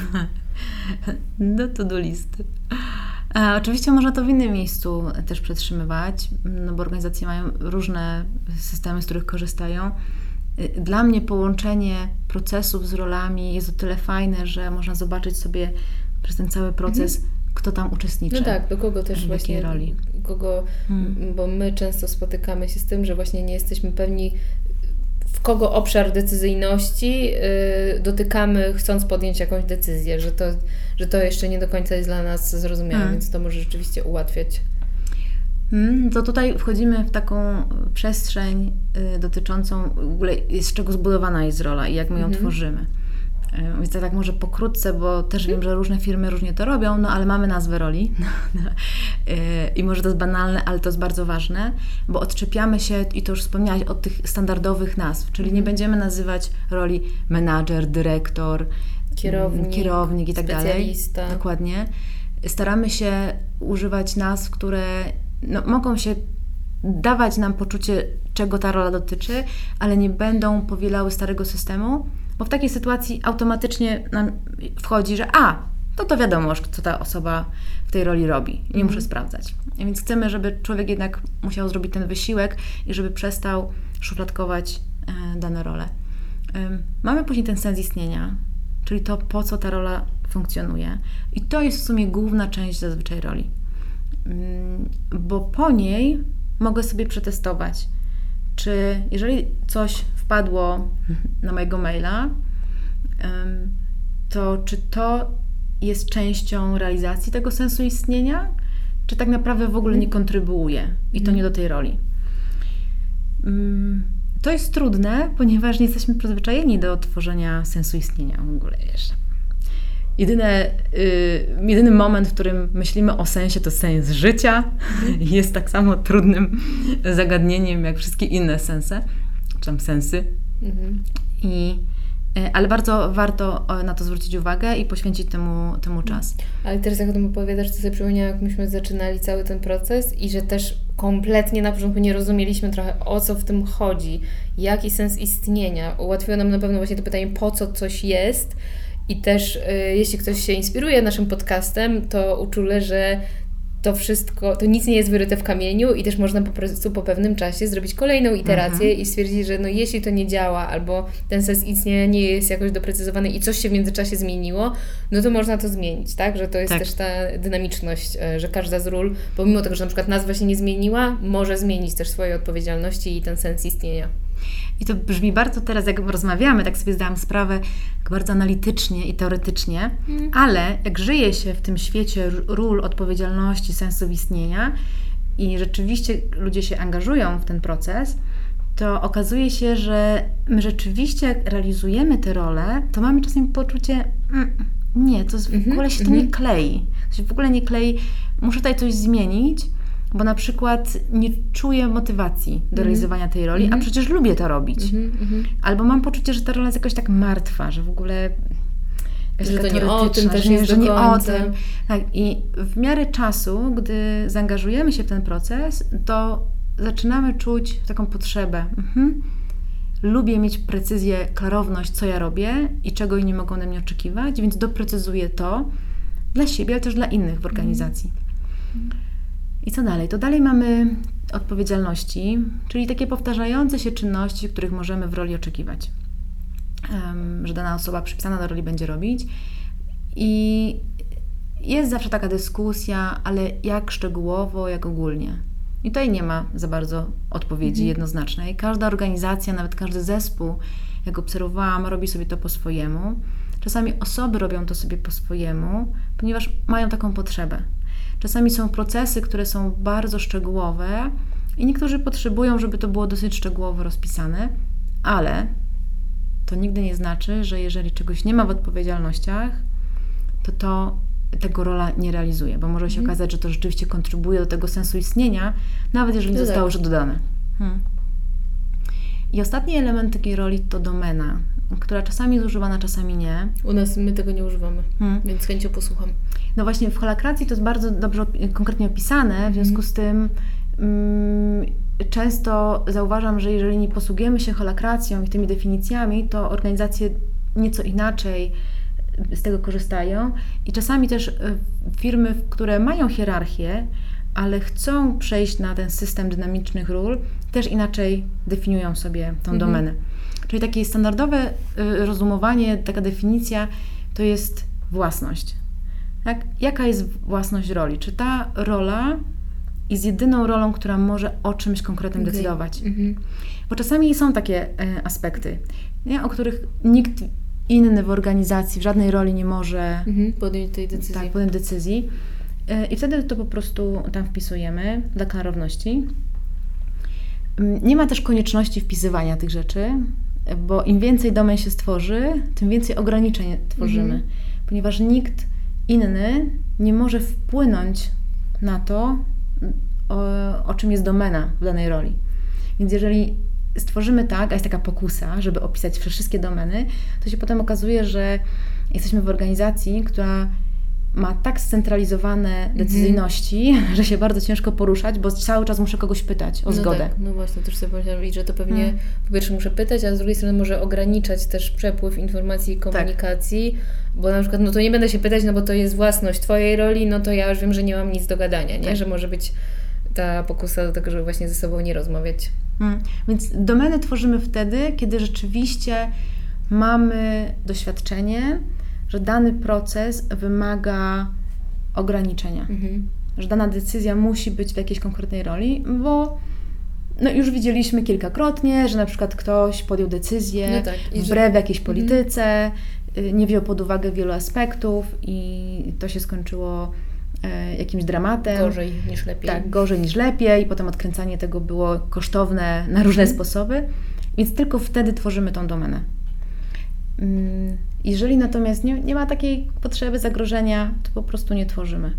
Do to-do listy. E, oczywiście można to w innym miejscu też przetrzymywać, no bo organizacje mają różne systemy, z których korzystają. E, Dla mnie połączenie procesów z rolami jest o tyle fajne, że można zobaczyć sobie przez ten cały proces, kto tam uczestniczy. No tak, do kogo też w właśnie, jakiej roli. kogo, Hmm. bo my często spotykamy się z tym, że właśnie nie jesteśmy pewni, w kogo obszar decyzyjności yy, dotykamy, chcąc podjąć jakąś decyzję, że to, że to jeszcze nie do końca jest dla nas zrozumiałe, Hmm. więc to może rzeczywiście ułatwiać. Mm, To tutaj wchodzimy w taką przestrzeń y, dotyczącą w ogóle z czego zbudowana jest rola i jak my ją Mhm. tworzymy. Y, Więc ja tak może pokrótce, bo też wiem, że różne firmy różnie to robią, no ale mamy nazwę roli Y, i może to jest banalne, ale to jest bardzo ważne, bo odczepiamy się, i to już wspomniałaś, od tych standardowych nazw, czyli nie będziemy nazywać roli menadżer, dyrektor, Kierownik, kierownik i tak dalej. specjalista. Dokładnie. Staramy się używać nazw, które no, mogą się dawać nam poczucie, czego ta rola dotyczy, ale nie będą powielały starego systemu, bo w takiej sytuacji automatycznie nam wchodzi, że a, to to wiadomo, co ta osoba w tej roli robi. Nie muszę sprawdzać. Więc chcemy, żeby człowiek jednak musiał zrobić ten wysiłek i żeby przestał szufladkować e, dane role. Ym, Mamy później ten sens istnienia, czyli to, po co ta rola funkcjonuje. I to jest w sumie główna część zazwyczaj roli. Ym, Bo po niej mogę sobie przetestować, czy jeżeli coś wpadło na mojego maila, ym, to czy to jest częścią realizacji tego sensu istnienia, czy tak naprawdę w ogóle nie kontrybuuje i to nie do tej roli. Ym, To jest trudne, ponieważ nie jesteśmy przyzwyczajeni do tworzenia sensu istnienia w ogóle, wiesz. Jedyne, y, jedyny moment, w którym myślimy o sensie, to sens życia. Jest tak samo trudnym zagadnieniem jak wszystkie inne sensy, czy tam sensy. Mhm. I, y, ale bardzo warto o- na to zwrócić uwagę i poświęcić temu, temu czas. Ale teraz jak o tym opowiadasz, to sobie przypomniałam, jak myśmy zaczynali cały ten proces i że też kompletnie na początku nie rozumieliśmy trochę, o co w tym chodzi, jaki sens istnienia. Ułatwiło nam na pewno właśnie to pytanie, po co coś jest. I też y, jeśli ktoś się inspiruje naszym podcastem, to uczulę, że to wszystko, to nic nie jest wyryte w kamieniu i też można po prostu po pewnym czasie zrobić kolejną iterację Mhm. i stwierdzić, że no jeśli to nie działa, albo ten sens istnienia nie jest jakoś doprecyzowany i coś się w międzyczasie zmieniło, no to można to zmienić, tak? Że to jest Tak. też ta dynamiczność, e, że każda z ról, pomimo tego, że na przykład nazwa się nie zmieniła, może zmienić też swoje odpowiedzialności i ten sens istnienia. I to brzmi bardzo teraz, jak rozmawiamy, tak sobie zdałam sprawę, tak bardzo analitycznie i teoretycznie, ale jak żyje się w tym świecie r- ról, odpowiedzialności, sensu istnienia i rzeczywiście ludzie się angażują w ten proces, to okazuje się, że my rzeczywiście jak realizujemy te role, to mamy czasem poczucie, mm, nie, to z- w ogóle się to nie klei. To się w ogóle nie klei, muszę tutaj coś zmienić, bo na przykład nie czuję motywacji do realizowania tej roli, a przecież lubię to robić. Mhm, mhm. Albo mam poczucie, że ta rola jest jakoś tak martwa, że w ogóle jest że taka to nie o tym teoretyczna, też że, nie- jest że do nie o końca. tym. Tak, i w miarę czasu, gdy zaangażujemy się w ten proces, to zaczynamy czuć taką potrzebę. Mhm. Lubię mieć precyzję, klarowność, co ja robię i czego inni mogą ode mnie oczekiwać, więc doprecyzuję to dla siebie, ale też dla innych w organizacji. I co dalej? To dalej mamy odpowiedzialności, czyli takie powtarzające się czynności, których możemy w roli oczekiwać, um, że dana osoba przypisana do roli będzie robić. I jest zawsze taka dyskusja, ale jak szczegółowo, jak ogólnie. I tutaj nie ma za bardzo odpowiedzi Mhm. jednoznacznej. Każda organizacja, nawet każdy zespół, jak obserwowałam, robi sobie to po swojemu. Czasami osoby robią to sobie po swojemu, ponieważ mają taką potrzebę. Czasami są procesy, które są bardzo szczegółowe i niektórzy potrzebują, żeby to było dosyć szczegółowo rozpisane, ale to nigdy nie znaczy, że jeżeli czegoś nie ma w odpowiedzialnościach, to to tego rola nie realizuje, bo może się Mhm. okazać, że to rzeczywiście kontrybuje do tego sensu istnienia, nawet jeżeli nie No zostało tak. już dodane. Hmm. I ostatni element takiej roli to domena, która czasami jest używana, czasami nie. U nas my tego nie używamy, Hmm. więc z chęcią posłucham. No właśnie w holakracji to jest bardzo dobrze opi- konkretnie opisane, w związku z tym mm, często zauważam, że jeżeli nie posługujemy się holakracją i tymi definicjami, to organizacje nieco inaczej z tego korzystają i czasami też y, firmy, które mają hierarchię, ale chcą przejść na ten system dynamicznych ról, też inaczej definiują sobie tą Mhm. domenę. Czyli takie standardowe y, rozumowanie, taka definicja to jest własność. Tak? Jaka jest własność roli? Czy ta rola jest jedyną rolą, która może o czymś konkretnym Okej. decydować? Mhm. Bo czasami są takie e, aspekty, nie? O których nikt inny w organizacji, w żadnej roli nie może Mhm. Podjąć tej decyzji. tak, podjąć decyzji. E, I wtedy to po prostu tam wpisujemy dla klarowności. Mm, Nie ma też konieczności wpisywania tych rzeczy, bo im więcej domen się stworzy, tym więcej ograniczeń tworzymy. Mhm. Ponieważ nikt inny nie może wpłynąć na to, o, o czym jest domena w danej roli. Więc jeżeli stworzymy tak, a jest taka pokusa, żeby opisać wszystkie domeny, to się potem okazuje, że jesteśmy w organizacji, która ma tak scentralizowane decyzyjności, że się bardzo ciężko poruszać, bo cały czas muszę kogoś pytać o no zgodę. Tak, no właśnie, też sobie pomyślałam, że to pewnie Hmm. po pierwsze muszę pytać, a z drugiej strony może ograniczać też przepływ informacji i komunikacji, bo na przykład, no to nie będę się pytać, no bo to jest własność Twojej roli, no to ja już wiem, że nie mam nic do gadania, nie? Tak. Że może być ta pokusa do tego, żeby właśnie ze sobą nie rozmawiać. Mm. Więc domeny tworzymy wtedy, kiedy rzeczywiście mamy doświadczenie, że dany proces wymaga ograniczenia, Mhm. że dana decyzja musi być w jakiejś konkretnej roli, bo no już widzieliśmy kilkakrotnie, że na przykład ktoś podjął decyzję No tak, i że- wbrew jakiejś Mhm. polityce, y, nie wziął pod uwagę wielu aspektów i to się skończyło e, jakimś dramatem. Gorzej niż lepiej. Tak, gorzej niż lepiej, potem odkręcanie tego było kosztowne na różne Mhm. sposoby, więc tylko wtedy tworzymy tą domenę. Mm, Jeżeli natomiast nie, nie ma takiej potrzeby zagrożenia, to po prostu nie tworzymy.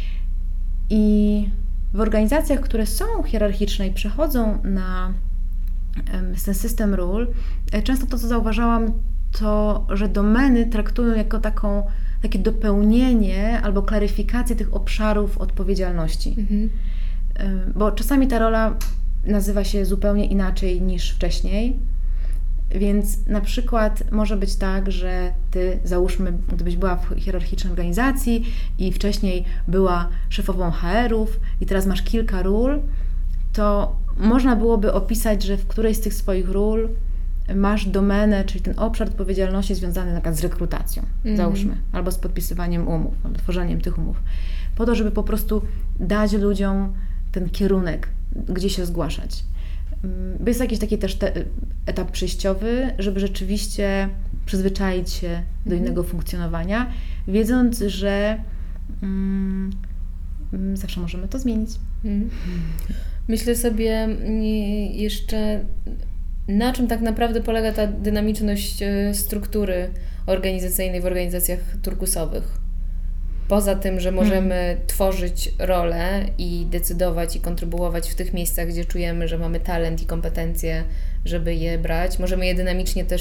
I w organizacjach, które są hierarchiczne i przechodzą na em, ten system ról, e, często to, co zauważałam, to, że domeny traktują jako taką, takie dopełnienie albo klaryfikację tych obszarów odpowiedzialności. Mhm. Ym, Bo czasami ta rola nazywa się zupełnie inaczej niż wcześniej, więc na przykład może być tak, że Ty, załóżmy, gdybyś była w hierarchicznej organizacji i wcześniej była szefową H R-ów i teraz masz kilka ról, to można byłoby opisać, że w którejś z tych swoich ról masz domenę, czyli ten obszar odpowiedzialności związany na przykład z rekrutacją, Mhm. załóżmy, albo z podpisywaniem umów, albo tworzeniem tych umów, po to, żeby po prostu dać ludziom ten kierunek, gdzie się zgłaszać. Ym, Bo jest jakiś taki też te, etap przejściowy, żeby rzeczywiście przyzwyczaić się do Mhm. innego funkcjonowania, wiedząc, że mm, mm, zawsze możemy to zmienić. Mhm. Myślę sobie mm, jeszcze, na czym tak naprawdę polega ta dynamiczność e, struktury organizacyjnej w organizacjach turkusowych. Poza tym, że możemy Hmm. tworzyć role i decydować i kontrybuować w tych miejscach, gdzie czujemy, że mamy talent i kompetencje, żeby je brać. Możemy je dynamicznie też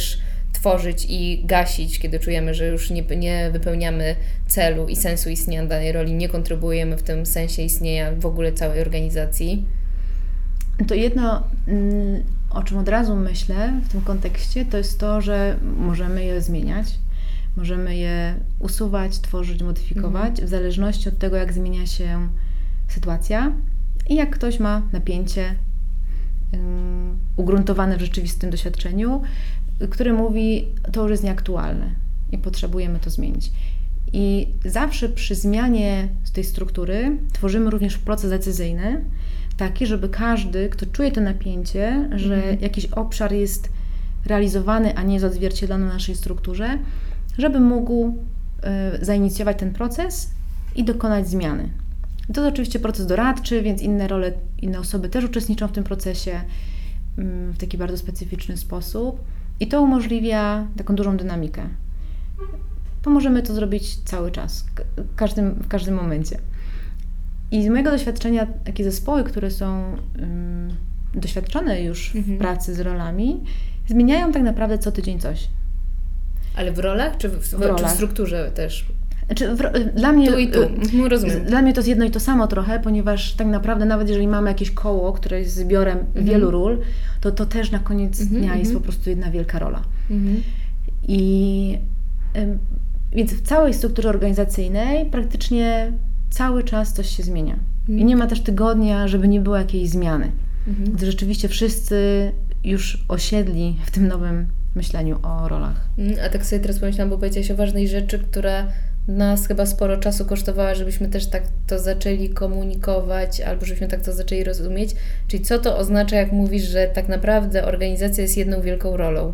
tworzyć i gasić, kiedy czujemy, że już nie, nie wypełniamy celu i sensu istnienia danej roli, nie kontynuujemy w tym sensie istnienia w ogóle całej organizacji? To jedno, o czym od razu myślę w tym kontekście, to jest to, że możemy je zmieniać, możemy je usuwać, tworzyć, modyfikować mhm. w zależności od tego, jak zmienia się sytuacja i jak ktoś ma napięcie um, ugruntowane w rzeczywistym doświadczeniu, które mówi, to już jest nieaktualne i potrzebujemy to zmienić. I zawsze przy zmianie tej struktury tworzymy również proces decyzyjny, taki, żeby każdy, kto czuje to napięcie, że mhm. jakiś obszar jest realizowany, a nie jest odzwierciedlony w naszej strukturze, żeby mógł y, zainicjować ten proces i dokonać zmiany. I to jest oczywiście proces doradczy, więc inne role, inne osoby też uczestniczą w tym procesie y, w taki bardzo specyficzny sposób i to umożliwia taką dużą dynamikę. Bo możemy to zrobić cały czas, w każdym, w każdym momencie. I z mojego doświadczenia takie zespoły, które są um, doświadczone już mhm. w pracy z rolami, zmieniają tak naprawdę co tydzień coś. Ale w rolach, czy w, w, w, rolach. Czy w strukturze też? Znaczy, w, dla mnie, tu i tu, rozumiem. Dla mnie to jest jedno i to samo trochę, ponieważ tak naprawdę nawet jeżeli mamy jakieś koło, które jest zbiorem mhm. wielu ról, to to też na koniec mhm, dnia jest po prostu jedna wielka rola. Mhm. I ym, więc w całej strukturze organizacyjnej praktycznie cały czas coś się zmienia. Mhm. I nie ma też tygodnia, żeby nie było jakiejś zmiany. Mhm. Gdy rzeczywiście wszyscy już osiedli w tym nowym myśleniu o rolach. A tak sobie teraz pomyślałam, bo powiedziałaś o ważnej rzeczy, która nas chyba sporo czasu kosztowała, żebyśmy też tak to zaczęli komunikować, albo żebyśmy tak to zaczęli rozumieć. Czyli co to oznacza, jak mówisz, że tak naprawdę organizacja jest jedną wielką rolą?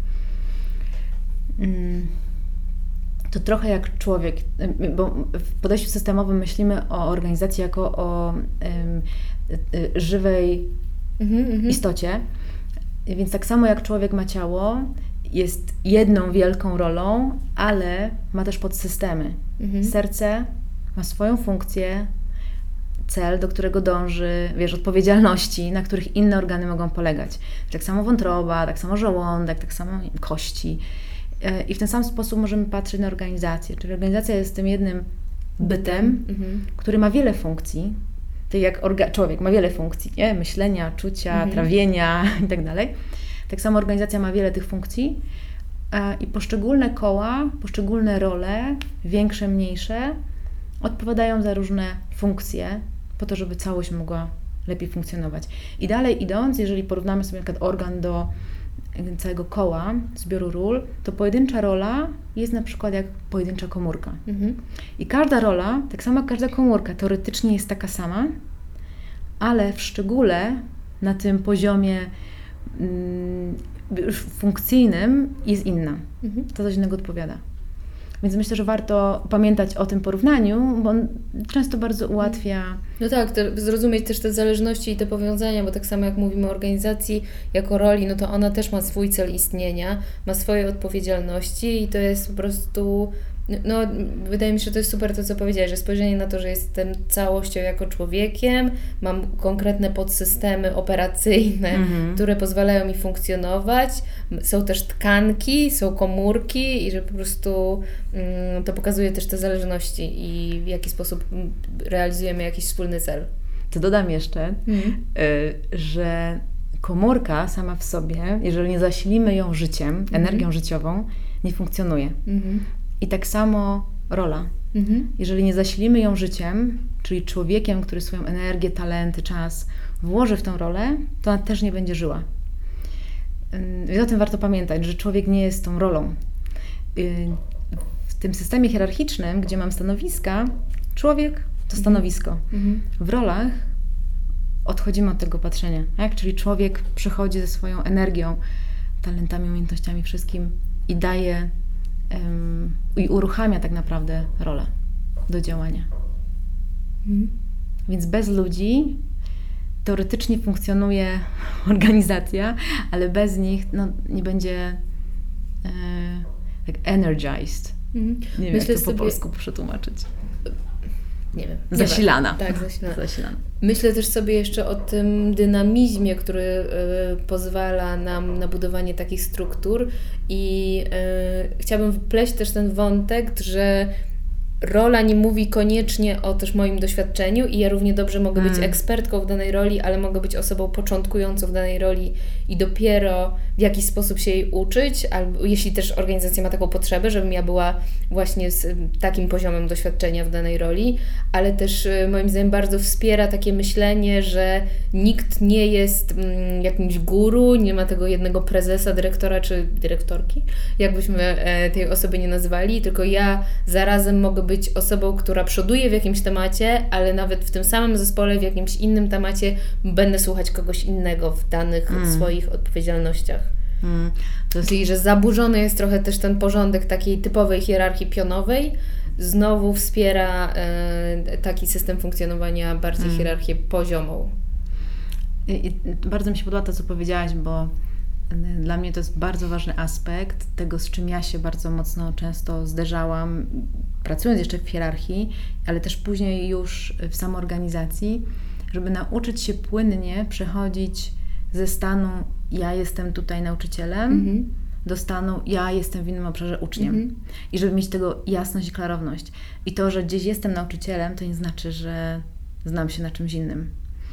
Mm. To trochę jak człowiek, bo w podejściu systemowym myślimy o organizacji jako o um, żywej mm-hmm. istocie, więc tak samo jak człowiek ma ciało, jest jedną wielką rolą, ale ma też podsystemy. Mm-hmm. Serce ma swoją funkcję, cel, do którego dąży, wiesz, odpowiedzialności, na których inne organy mogą polegać. Tak samo wątroba, tak samo żołądek, tak samo kości. I w ten sam sposób możemy patrzeć na organizację. Czyli organizacja jest tym jednym bytem, mhm. który ma wiele funkcji. Tak jak orga- człowiek ma wiele funkcji, nie? Myślenia, czucia, mhm. trawienia i tak dalej. Tak samo organizacja ma wiele tych funkcji i poszczególne koła, poszczególne role, większe, mniejsze, odpowiadają za różne funkcje po to, żeby całość mogła lepiej funkcjonować. I dalej idąc, jeżeli porównamy sobie na przykład organ do całego koła, zbioru ról, to pojedyncza rola jest na przykład jak pojedyncza komórka. Mhm. I każda rola, tak samo jak każda komórka, teoretycznie jest taka sama, ale w szczególe na tym poziomie mm, funkcyjnym jest inna. Mhm. To coś innego odpowiada. Więc myślę, że warto pamiętać o tym porównaniu, bo on często bardzo ułatwia... No tak, te, zrozumieć też te zależności i te powiązania, bo tak samo jak mówimy o organizacji jako roli, no to ona też ma swój cel istnienia, ma swoje odpowiedzialności i to jest po prostu... No, wydaje mi się, że to jest super to, co powiedziałeś, że spojrzenie na to, że jestem całością jako człowiekiem, mam konkretne podsystemy operacyjne, mhm. które pozwalają mi funkcjonować, są też tkanki, są komórki i że po prostu mm, to pokazuje też te zależności i w jaki sposób realizujemy jakiś wspólny cel. To dodam jeszcze, mhm. y, że komórka sama w sobie, jeżeli nie zasilimy ją życiem, mhm. energią życiową, nie funkcjonuje. Mhm. I tak samo rola. Mhm. Jeżeli nie zasilimy ją życiem, czyli człowiekiem, który swoją energię, talenty, czas włoży w tę rolę, to ona też nie będzie żyła. I o tym warto pamiętać, że człowiek nie jest tą rolą. W tym systemie hierarchicznym, gdzie mam stanowiska, człowiek to stanowisko. Mhm. W rolach odchodzimy od tego patrzenia, tak? Czyli człowiek przychodzi ze swoją energią, talentami, umiejętnościami, wszystkim i daje um, i uruchamia tak naprawdę rolę do działania. Mhm. Więc bez ludzi teoretycznie funkcjonuje organizacja, ale bez nich no, nie będzie e, tak energized. Mhm. Nie wiem, Myślę jak to sobie... po polsku przetłumaczyć. Nie wiem. Nie Zasilana. wiem. Tak, zasilana. zasilana. Myślę też sobie jeszcze o tym dynamizmie, który y, pozwala nam na budowanie takich struktur i y, chciałabym wpleść też ten wątek, że rola nie mówi koniecznie o też moim doświadczeniu i ja równie dobrze mogę być Mm. ekspertką w danej roli, ale mogę być osobą początkującą w danej roli i dopiero w jakiś sposób się jej uczyć, albo jeśli też organizacja ma taką potrzebę, żebym ja była właśnie z y, takim poziomem doświadczenia w danej roli, ale też y, moim zdaniem bardzo wspiera takie myślenie, że nikt nie jest mm, jakimś guru, nie ma tego jednego prezesa, dyrektora czy dyrektorki, jakbyśmy e, tej osoby nie nazwali, tylko ja zarazem mogę być osobą, która przoduje w jakimś temacie, ale nawet w tym samym zespole, w jakimś innym temacie będę słuchać kogoś innego w danych Mm. swoich odpowiedzialnościach. Mm. To jest, Czyli, że zaburzony jest trochę też ten porządek takiej typowej hierarchii pionowej, znowu wspiera e, taki system funkcjonowania bardziej Mm. hierarchię poziomą. I, i bardzo mi się podoba to, co powiedziałaś, bo y, dla mnie to jest bardzo ważny aspekt tego, z czym ja się bardzo mocno często zderzałam, pracując jeszcze w hierarchii, ale też później już w samoorganizacji, żeby nauczyć się płynnie przechodzić ze stanu ja jestem tutaj nauczycielem, Mhm. do stanu ja jestem w innym obszarze uczniem. Mhm. I żeby mieć tego jasność i klarowność. I to, że gdzieś jestem nauczycielem, to nie znaczy, że znam się na czymś innym.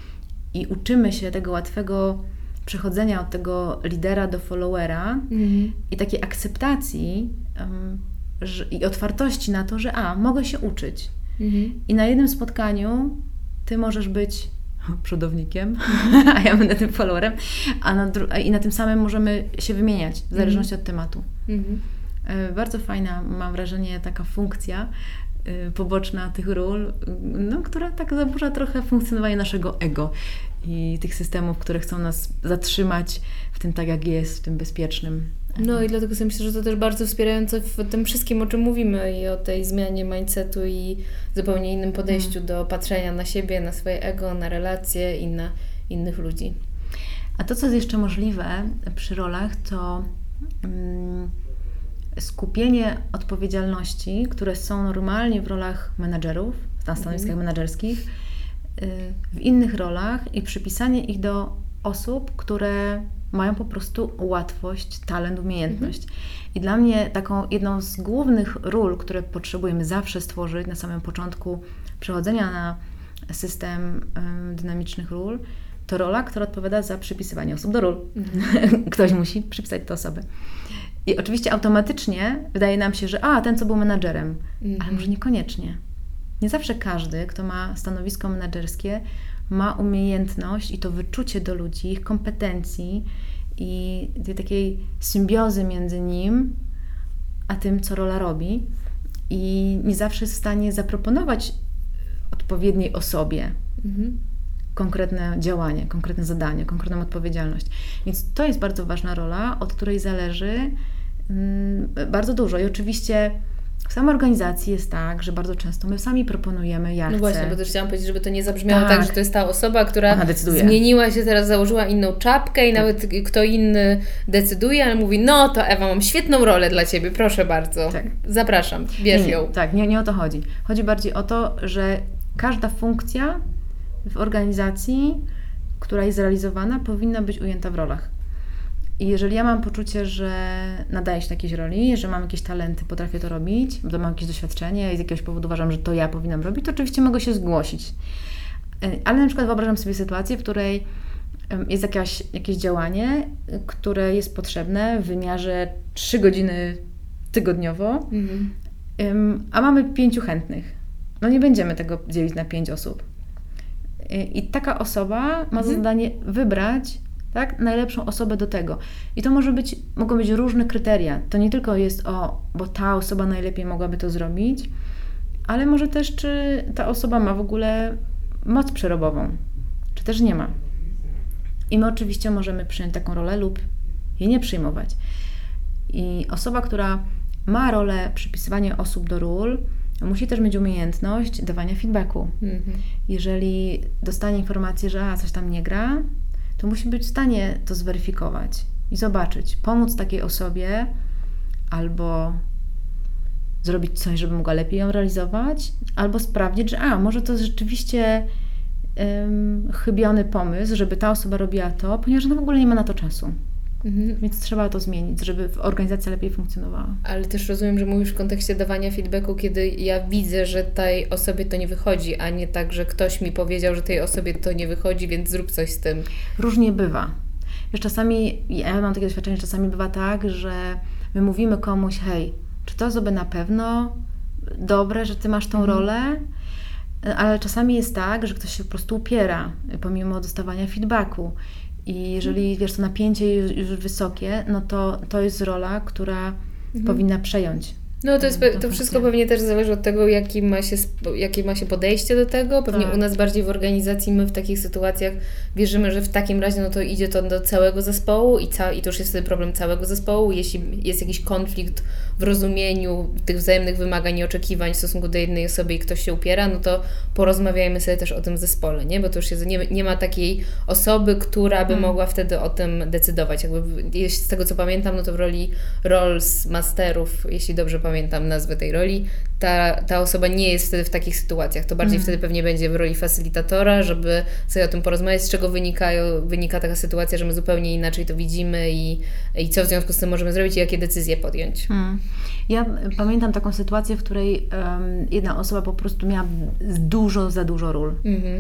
I uczymy się tego łatwego przechodzenia od tego lidera do followera Mhm. i takiej akceptacji um, że, i otwartości na to, że a, mogę się uczyć. Mhm. I na jednym spotkaniu ty możesz być przodownikiem, a ja będę tym followerem, a na dru- a i na tym samym możemy się wymieniać, w zależności od tematu. Mhm. E, Bardzo fajna, mam wrażenie, taka funkcja e, poboczna tych ról, y, no, która tak zaburza trochę funkcjonowanie naszego ego i tych systemów, które chcą nas zatrzymać w tym tak jak jest, w tym bezpiecznym. No i dlatego sobie myślę, że to też bardzo wspierające w tym wszystkim, o czym mówimy i o tej zmianie mindsetu i zupełnie innym podejściu Mm. do patrzenia na siebie, na swoje ego, na relacje i na innych ludzi. A to, co jest jeszcze możliwe przy rolach, to mm, skupienie odpowiedzialności, które są normalnie w rolach menadżerów, na stanowiskach Mhm. menadżerskich, y, w innych rolach i przypisanie ich do osób, które mają po prostu łatwość, talent, umiejętność. I dla mnie taką jedną z głównych ról, które potrzebujemy zawsze stworzyć na samym początku przechodzenia na system y, dynamicznych ról, to rola, która odpowiada za przypisywanie osób do ról. Mhm. Ktoś musi przypisać te osoby. I oczywiście automatycznie wydaje nam się, że a, ten, co był menadżerem, Mhm. ale może niekoniecznie. Nie zawsze każdy, kto ma stanowisko menadżerskie, ma umiejętność i to wyczucie do ludzi, ich kompetencji i tej takiej symbiozy między nim a tym, co rola robi. I nie zawsze jest w stanie zaproponować odpowiedniej osobie Mhm. konkretne działanie, konkretne zadanie, konkretną odpowiedzialność. Więc to jest bardzo ważna rola, od której zależy mm, bardzo dużo. I oczywiście w samej organizacji jest tak, że bardzo często my sami proponujemy, ja No chcę. właśnie, bo też chciałam powiedzieć, żeby to nie zabrzmiało tak, Tak. że to jest ta osoba, która Ona decyduje. zmieniła się, teraz założyła inną czapkę i nawet kto inny decyduje, ale mówi, no to Ewa, mam świetną rolę dla Ciebie, proszę bardzo. Tak. Zapraszam, bierz nie, nie, ją. Tak, nie, nie o to chodzi. Chodzi bardziej o to, że każda funkcja w organizacji, która jest zrealizowana, powinna być ujęta w rolach. I jeżeli ja mam poczucie, że nadaję się do jakiejś roli, że mam jakieś talenty, potrafię to robić, bo mam jakieś doświadczenie i z jakiegoś powodu uważam, że to ja powinnam robić, to oczywiście mogę się zgłosić. Ale na przykład wyobrażam sobie sytuację, w której jest jakaś, jakieś działanie, które jest potrzebne w wymiarze trzy godziny tygodniowo, Mhm. Ym, a mamy pięciu chętnych. No nie będziemy tego dzielić na pięć osób. Y, I taka osoba ma Mhm. za zadanie wybrać, tak, najlepszą osobę do tego. I to może być, mogą być różne kryteria. To nie tylko jest o, bo ta osoba najlepiej mogłaby to zrobić, ale może też, czy ta osoba ma w ogóle moc przerobową, czy też nie ma. I my oczywiście możemy przyjąć taką rolę lub jej nie przyjmować. I osoba, która ma rolę przypisywania osób do ról, musi też mieć umiejętność dawania feedbacku. Mhm. Jeżeli dostanie informację, że a, coś tam nie gra, to musi być w stanie to zweryfikować i zobaczyć, pomóc takiej osobie albo zrobić coś, żeby mogła lepiej ją realizować, albo sprawdzić, że a, może to jest rzeczywiście um, chybiony pomysł, żeby ta osoba robiła to, ponieważ ona w ogóle nie ma na to czasu. Mhm. Więc trzeba to zmienić, żeby organizacja lepiej funkcjonowała. Ale też rozumiem, że mówisz w kontekście dawania feedbacku, kiedy ja widzę, że tej osobie to nie wychodzi, a nie tak, że ktoś mi powiedział, że tej osobie to nie wychodzi, więc zrób coś z tym. Różnie bywa. Wiesz, czasami, ja mam takie doświadczenie, czasami bywa tak, że my mówimy komuś, hej, czy to osoby na pewno dobre, że ty masz tą mhm. rolę? Ale czasami jest tak, że ktoś się po prostu upiera, pomimo dostawania feedbacku. I jeżeli, wiesz, to napięcie jest już wysokie, no to to jest rola, która mhm. powinna przejąć. No to, jest, to funkcję. Wszystko pewnie też zależy od tego, jaki ma się, jakie ma się podejście do tego. Pewnie tak. U nas bardziej w organizacji my w takich sytuacjach wierzymy, że w takim razie no to idzie to do całego zespołu i, ca- i to już jest wtedy problem całego zespołu. Jeśli jest jakiś konflikt w rozumieniu tych wzajemnych wymagań i oczekiwań w stosunku do jednej osoby i ktoś się upiera, no to porozmawiajmy sobie też o tym w zespole, nie? Bo to już jest, nie, nie ma takiej osoby, która by hmm. mogła wtedy o tym decydować. Jakby, z tego co pamiętam, no to w roli roles masterów, jeśli dobrze pamiętam, pamiętam nazwę tej roli, ta, ta osoba nie jest wtedy w takich sytuacjach. To bardziej mm. wtedy pewnie będzie w roli facylitatora, żeby sobie o tym porozmawiać, z czego wynikają, wynika taka sytuacja, że my zupełnie inaczej to widzimy i, i co w związku z tym możemy zrobić i jakie decyzje podjąć. Mm. Ja pamiętam taką sytuację, w której um, jedna osoba po prostu miała dużo, za dużo ról. Mm-hmm.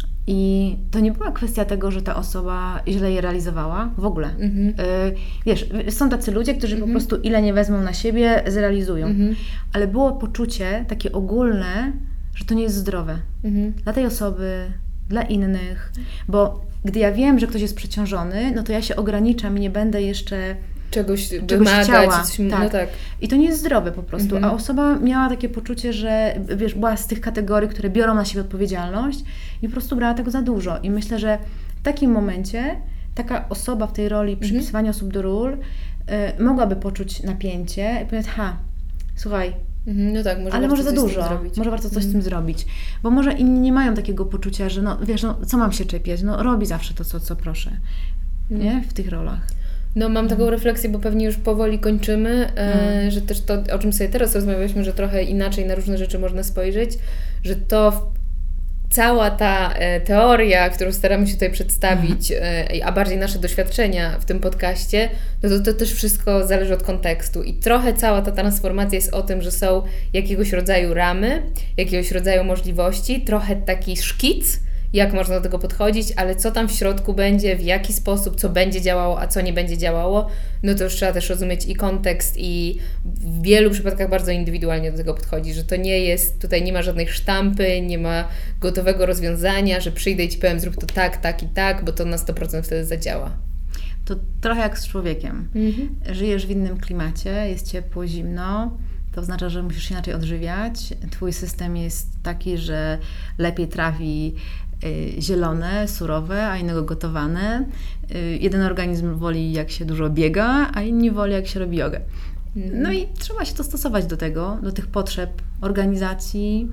I to nie była kwestia tego, że ta osoba źle je realizowała, w ogóle. Mm-hmm. Y, wiesz, są tacy ludzie, którzy mm-hmm. po prostu ile nie wezmą na siebie, zrealizują. Mm-hmm. Ale było poczucie takie ogólne, że to nie jest zdrowe. Mm-hmm. Dla tej osoby, dla innych. Bo gdy ja wiem, że ktoś jest przeciążony, no to ja się ograniczam i nie będę jeszcze czegoś, czegoś wymagać. chciała. Coś, tak. No tak. I to nie jest zdrowe po prostu. Mhm. A osoba miała takie poczucie, że wiesz, była z tych kategorii, które biorą na siebie odpowiedzialność i po prostu brała tego za dużo. I myślę, że w takim momencie taka osoba w tej roli mhm. przypisywania osób do ról y, mogłaby poczuć napięcie i powiedzieć, ha, słuchaj, mhm, no tak, może ale może za dużo, może warto coś mhm. z tym zrobić. Bo może inni nie mają takiego poczucia, że no wiesz, no co mam się czepiać, no robi zawsze to, co, co proszę. Mhm. Nie? W tych rolach. No mam taką refleksję, bo pewnie już powoli kończymy, mm. e, że też to, o czym sobie teraz rozmawialiśmy, że trochę inaczej na różne rzeczy można spojrzeć, że to w, cała ta e, teoria, którą staramy się tutaj przedstawić, e, a bardziej nasze doświadczenia w tym podcaście, no to, to też wszystko zależy od kontekstu i trochę cała ta transformacja jest o tym, że są jakiegoś rodzaju ramy, jakiegoś rodzaju możliwości, trochę taki szkic, jak można do tego podchodzić, ale co tam w środku będzie, w jaki sposób, co będzie działało, a co nie będzie działało, no to już trzeba też rozumieć i kontekst i w wielu przypadkach bardzo indywidualnie do tego podchodzi, że to nie jest, tutaj nie ma żadnej sztampy, nie ma gotowego rozwiązania, że przyjdę i Ci powiem, zrób to tak, tak i tak, bo to na sto procent wtedy zadziała. To trochę jak z człowiekiem. Mhm. Żyjesz w innym klimacie, jest ciepło, zimno, to oznacza, że musisz się inaczej odżywiać. Twój system jest taki, że lepiej trawi zielone, surowe, a innego gotowane. Jeden organizm woli, jak się dużo biega, a inni woli, jak się robi jogę. No i trzeba się dostosować do tego, do tych potrzeb organizacji,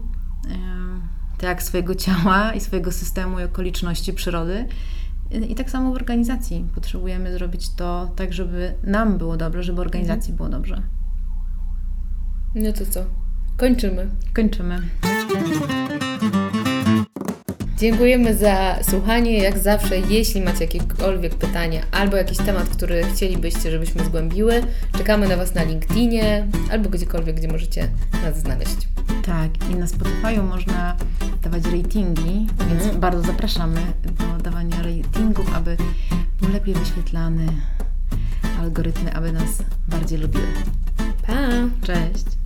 tak jak swojego ciała i swojego systemu i okoliczności przyrody. I tak samo w organizacji. Potrzebujemy zrobić to tak, żeby nam było dobrze, żeby organizacji było dobrze. No to co? Kończymy. Kończymy. Dziękujemy za słuchanie. Jak zawsze, jeśli macie jakiekolwiek pytania albo jakiś temat, który chcielibyście, żebyśmy zgłębiły, czekamy na Was na LinkedInie albo gdziekolwiek, gdzie możecie nas znaleźć. Tak, i na Spotify'u można dawać ratingi, więc mm. bardzo zapraszamy do dawania ratingów, aby był lepiej wyświetlany, algorytmy, aby nas bardziej lubiły. Pa! Cześć!